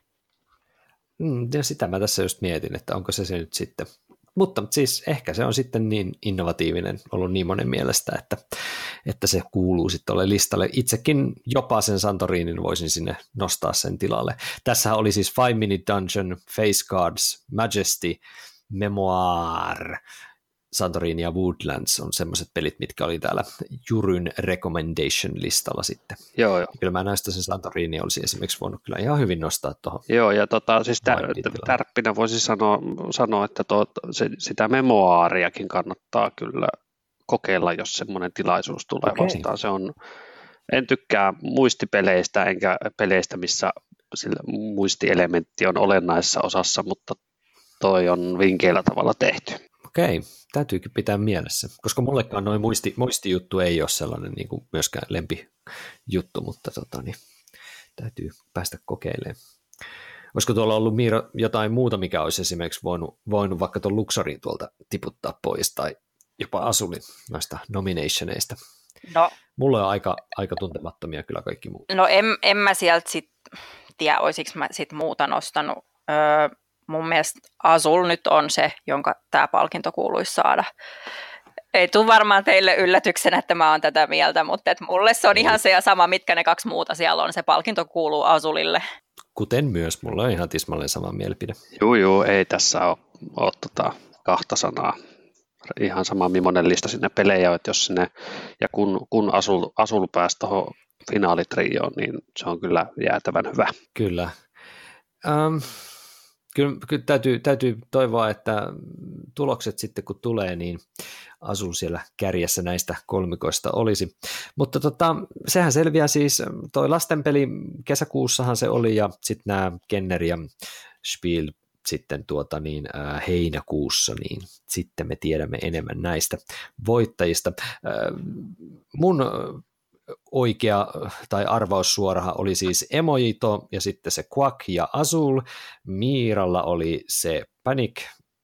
Ja sitä mä tässä just mietin, että onko se nyt sitten. Mutta siis ehkä se on sitten niin innovatiivinen ollut niin monen mielestä, että se kuuluu sitten tuolle listalle. Itsekin jopa sen Santorinin voisin sinne nostaa sen tilalle. Tässä oli siis 5 Minute Dungeon, Face Cards, Majesty, Memoir, Santorini ja Woodlands on semmoiset pelit, mitkä oli täällä Juryn recommendation-listalla sitten. Joo. Kyllä mä näistä sen Santorini olisi esimerkiksi voinut kyllä ihan hyvin nostaa tuohon. Joo, ja siis tärppinä voisi sanoa että sitä memoaariakin kannattaa kyllä kokeilla, jos semmoinen tilaisuus tulee vastaan. En tykkää muistipeleistä enkä peleistä, missä sillä muistielementti on olennaisessa osassa, mutta toi on vinkeillä tavalla tehty. Okei, täytyykin pitää mielessä, koska mullekaan noin muistijuttu ei ole sellainen niin kuin myöskään lempijuttu, mutta täytyy päästä kokeilemaan. Olisiko tuolla ollut Miira jotain muuta, mikä olisi esimerkiksi voinut vaikka tuon Luxorin tuolta tiputtaa pois tai jopa Asulin noista nominationeista? No, mulle on aika tuntemattomia kyllä kaikki muut. No en mä sieltä sitten tiedä, olisiko mä sitten muuta nostanut. Mun mielestä Azul nyt on se, jonka tämä palkinto kuuluisi saada. Ei tule varmaan teille yllätyksenä, että mä oon tätä mieltä, mutta et mulle se on ihan se ja sama, mitkä ne 2 muuta siellä on. Se palkinto kuuluu Azulille. Kuten myös, mulla on ihan tismalleen sama mielipide. Joo, ei tässä ole kahta sanaa. Ihan sama, millainen lista sinne pelejä on, että jos sinne, ja kun Azul pääsi tuohon finaalitrioon, niin se on kyllä jäätävän hyvä. Kyllä. Kyllä täytyy toivoa, että tulokset sitten kun tulee, niin Azul siellä kärjessä näistä kolmikoista olisi. Mutta sehän selviää siis, toi lastenpeli kesäkuussahan se oli, ja sitten nämä Kenner ja Spiel sitten heinäkuussa, niin sitten me tiedämme enemmän näistä voittajista. Mun oikea tai arvaussuorahan oli siis Emojito ja sitten se Quack ja Azul. Miiralla oli se Panic,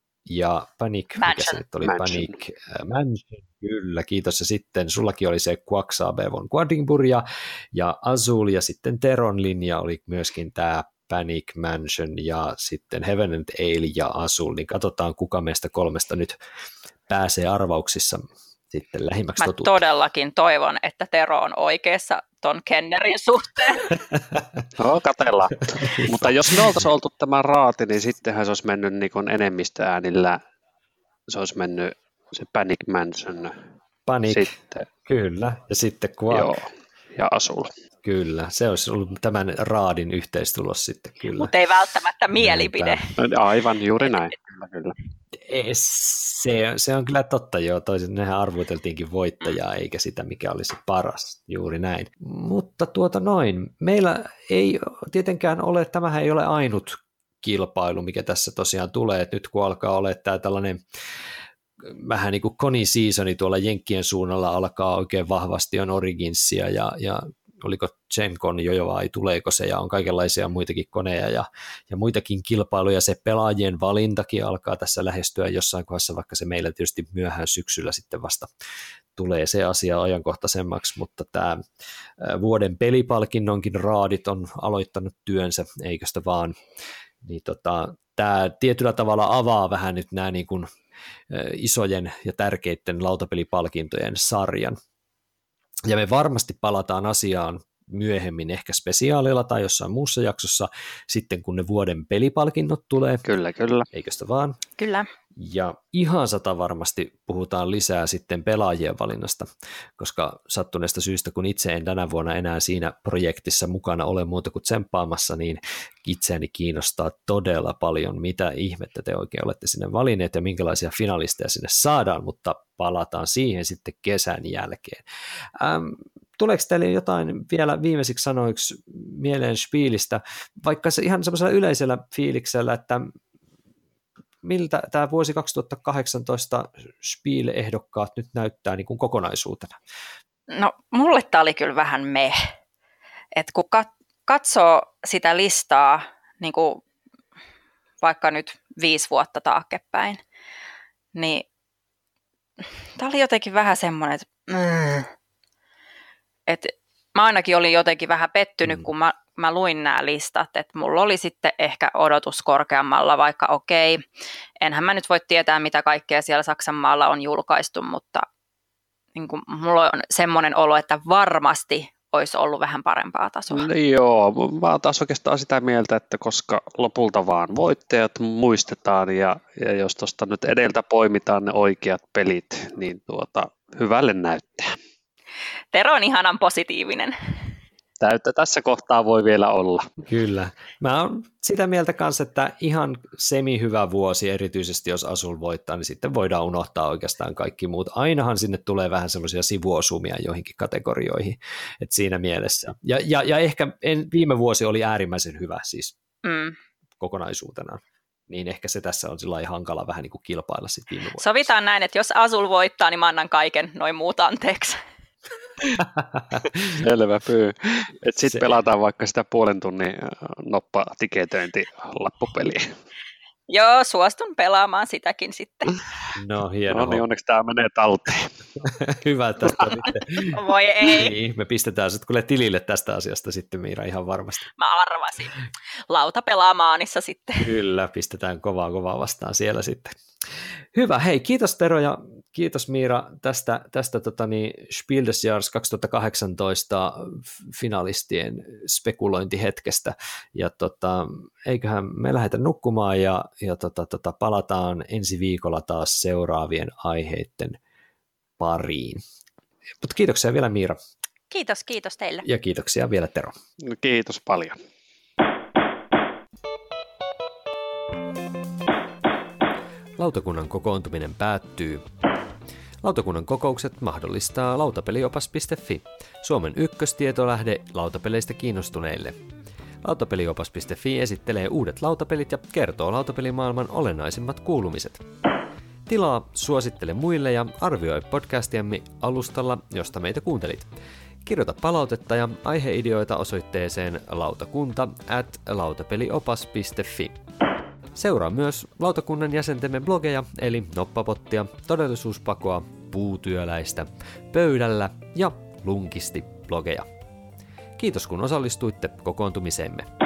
mikä se nyt oli? Panic Mansion, kyllä, kiitos. Ja sitten sullakin oli se Quack Sabevon Quadringbur ja Azul, ja sitten Teron linja oli myöskin tämä Panic Mansion ja sitten Heaven and Ale ja Azul, niin katsotaan kuka meistä 3 nyt pääsee arvauksissa sitten lähimmäksi totuuteen. Mä todellakin toivon, että Tero on oikeassa ton Kennerin suhteen. No, katsellaan. Mutta jos me oltaisiin oltu tämä raati, niin sittenhän se olisi mennyt niin enemmistöäänillä, se olisi mennyt se Panic Mansion. Panic, sitten. Kyllä, ja sitten Quack. Joo, ja Azul. Kyllä, se olisi ollut tämän raadin yhteistulos sitten, kyllä. Mutta ei välttämättä mielipide. Aivan, juuri näin. Kyllä. Se on kyllä totta, joo. Nehän arvuteltiinkin voittajaa, eikä sitä, mikä olisi paras. Juuri näin. Mutta meillä ei tietenkään ole, tämähän ei ole ainut kilpailu, mikä tässä tosiaan tulee. Et nyt kun alkaa olla tämä tällainen vähän niin kuin Koni-seasoni tuolla Jenkkien suunnalla alkaa oikein vahvasti, on Originsia ja oliko GenCon jo vai tuleeko se, ja on kaikenlaisia muitakin koneja ja muitakin kilpailuja. Se pelaajien valintakin alkaa tässä lähestyä jossain kohdassa, vaikka se meillä tietysti myöhään syksyllä sitten vasta tulee se asia ajankohtaisemmaksi, mutta tämä vuoden pelipalkinnonkin raadit on aloittanut työnsä, eikö sitä vaan, niin tämä tietyllä tavalla avaa vähän nyt nämä niin kuin isojen ja tärkeiden lautapelipalkintojen sarjan. Ja me varmasti palataan asiaan myöhemmin ehkä spesiaalilla tai jossain muussa jaksossa sitten, kun ne vuoden pelipalkinnot tulee. Kyllä. Eikö sitä vaan? Kyllä. Ja ihan varmasti puhutaan lisää sitten pelaajien valinnasta, koska sattuneesta syystä, kun itse en tänä vuonna enää siinä projektissa mukana ole muuta kuin tsemppaamassa, niin itseäni kiinnostaa todella paljon, mitä ihmettä te oikein olette sinne valinneet ja minkälaisia finalisteja sinne saadaan, mutta palataan siihen sitten kesän jälkeen. Tuleeko teille jotain vielä viimeisiksi sanoiksi mieleen Spielistä, vaikka se ihan semmoisella yleisellä fiiliksellä, että miltä tämä vuosi 2018 Spiel-ehdokkaat nyt näyttää niin kuin kokonaisuutena? No mulle tämä oli kyllä vähän että kun katsoo sitä listaa niin kuin vaikka nyt 5 vuotta taaksepäin, niin tämä oli jotenkin vähän semmoinen, että mä ainakin olin jotenkin vähän pettynyt, kun mä luin nämä listat, että mulla oli sitten ehkä odotus korkeammalla, vaikka okei, enhän mä nyt voi tietää, mitä kaikkea siellä Saksan maalla on julkaistu, mutta niin kuin, mulla on semmoinen olo, että varmasti olisi ollut vähän parempaa tasoa. Joo, mä oon taas oikeastaan sitä mieltä, että koska lopulta vaan voittajat muistetaan ja jos tuosta nyt edeltä poimitaan ne oikeat pelit, niin hyvälle näyttää. Tero on ihanan positiivinen. Täyttä tässä kohtaa voi vielä olla. Kyllä. Mä oon sitä mieltä kanssa, että ihan semi-hyvä vuosi, erityisesti jos Azul voittaa, niin sitten voidaan unohtaa oikeastaan kaikki muut. Ainahan sinne tulee vähän semmoisia sivuosumia joihinkin kategorioihin, että siinä mielessä. Ja ehkä viime vuosi oli äärimmäisen hyvä siis kokonaisuutena. Niin ehkä se tässä on sillä hankala vähän niin kuin kilpailla sitten viime vuonna. Sovitaan näin, että jos Azul voittaa, niin mä annan kaiken noin muut anteeksi. Selvä pyy. Sitten pelataan vaikka sitä 0,5 tunnin noppa-tiketöinti-lappupeliä. Joo, suostun pelaamaan sitäkin sitten. No hienoa. No niin, onneksi tämä menee talteen. Hyvä tästä sitten. Voi ei. Niin, me pistetään sitten kuule tilille tästä asiasta sitten, Miira, ihan varmasti. Mä arvasin. Lauta pelaa maanissa sitten. Kyllä, pistetään kovaa vastaan siellä sitten. Hyvä, hei, kiitos Tero ja kiitos Miira tästä Spiel des Jahres 2018 finalistien spekulointihetkestä, ja eiköhän me lähdetä nukkumaan ja palataan ensi viikolla taas seuraavien aiheiden pariin. Mutta kiitoksia vielä Miira. Kiitos teille. Ja kiitoksia vielä Tero. Kiitos paljon. Lautakunnan kokoontuminen päättyy. Lautakunnan kokoukset mahdollistaa lautapeliopas.fi, Suomen ykköstietolähde lautapeleistä kiinnostuneille. Lautapeliopas.fi esittelee uudet lautapelit ja kertoo lautapelimaailman olennaisimmat kuulumiset. Tilaa, suosittele muille ja arvioi podcastiamme alustalla, josta meitä kuuntelit. Kirjoita palautetta ja aiheideoita osoitteeseen lautakunta@lautapeliopas.fi. Seuraa myös lautakunnan jäsentemme blogeja, eli Noppapottia, Todellisuuspakoa, Puutyöläistä, Pöydällä ja Lunkisti blogeja. Kiitos kun osallistuitte kokoontumiseemme.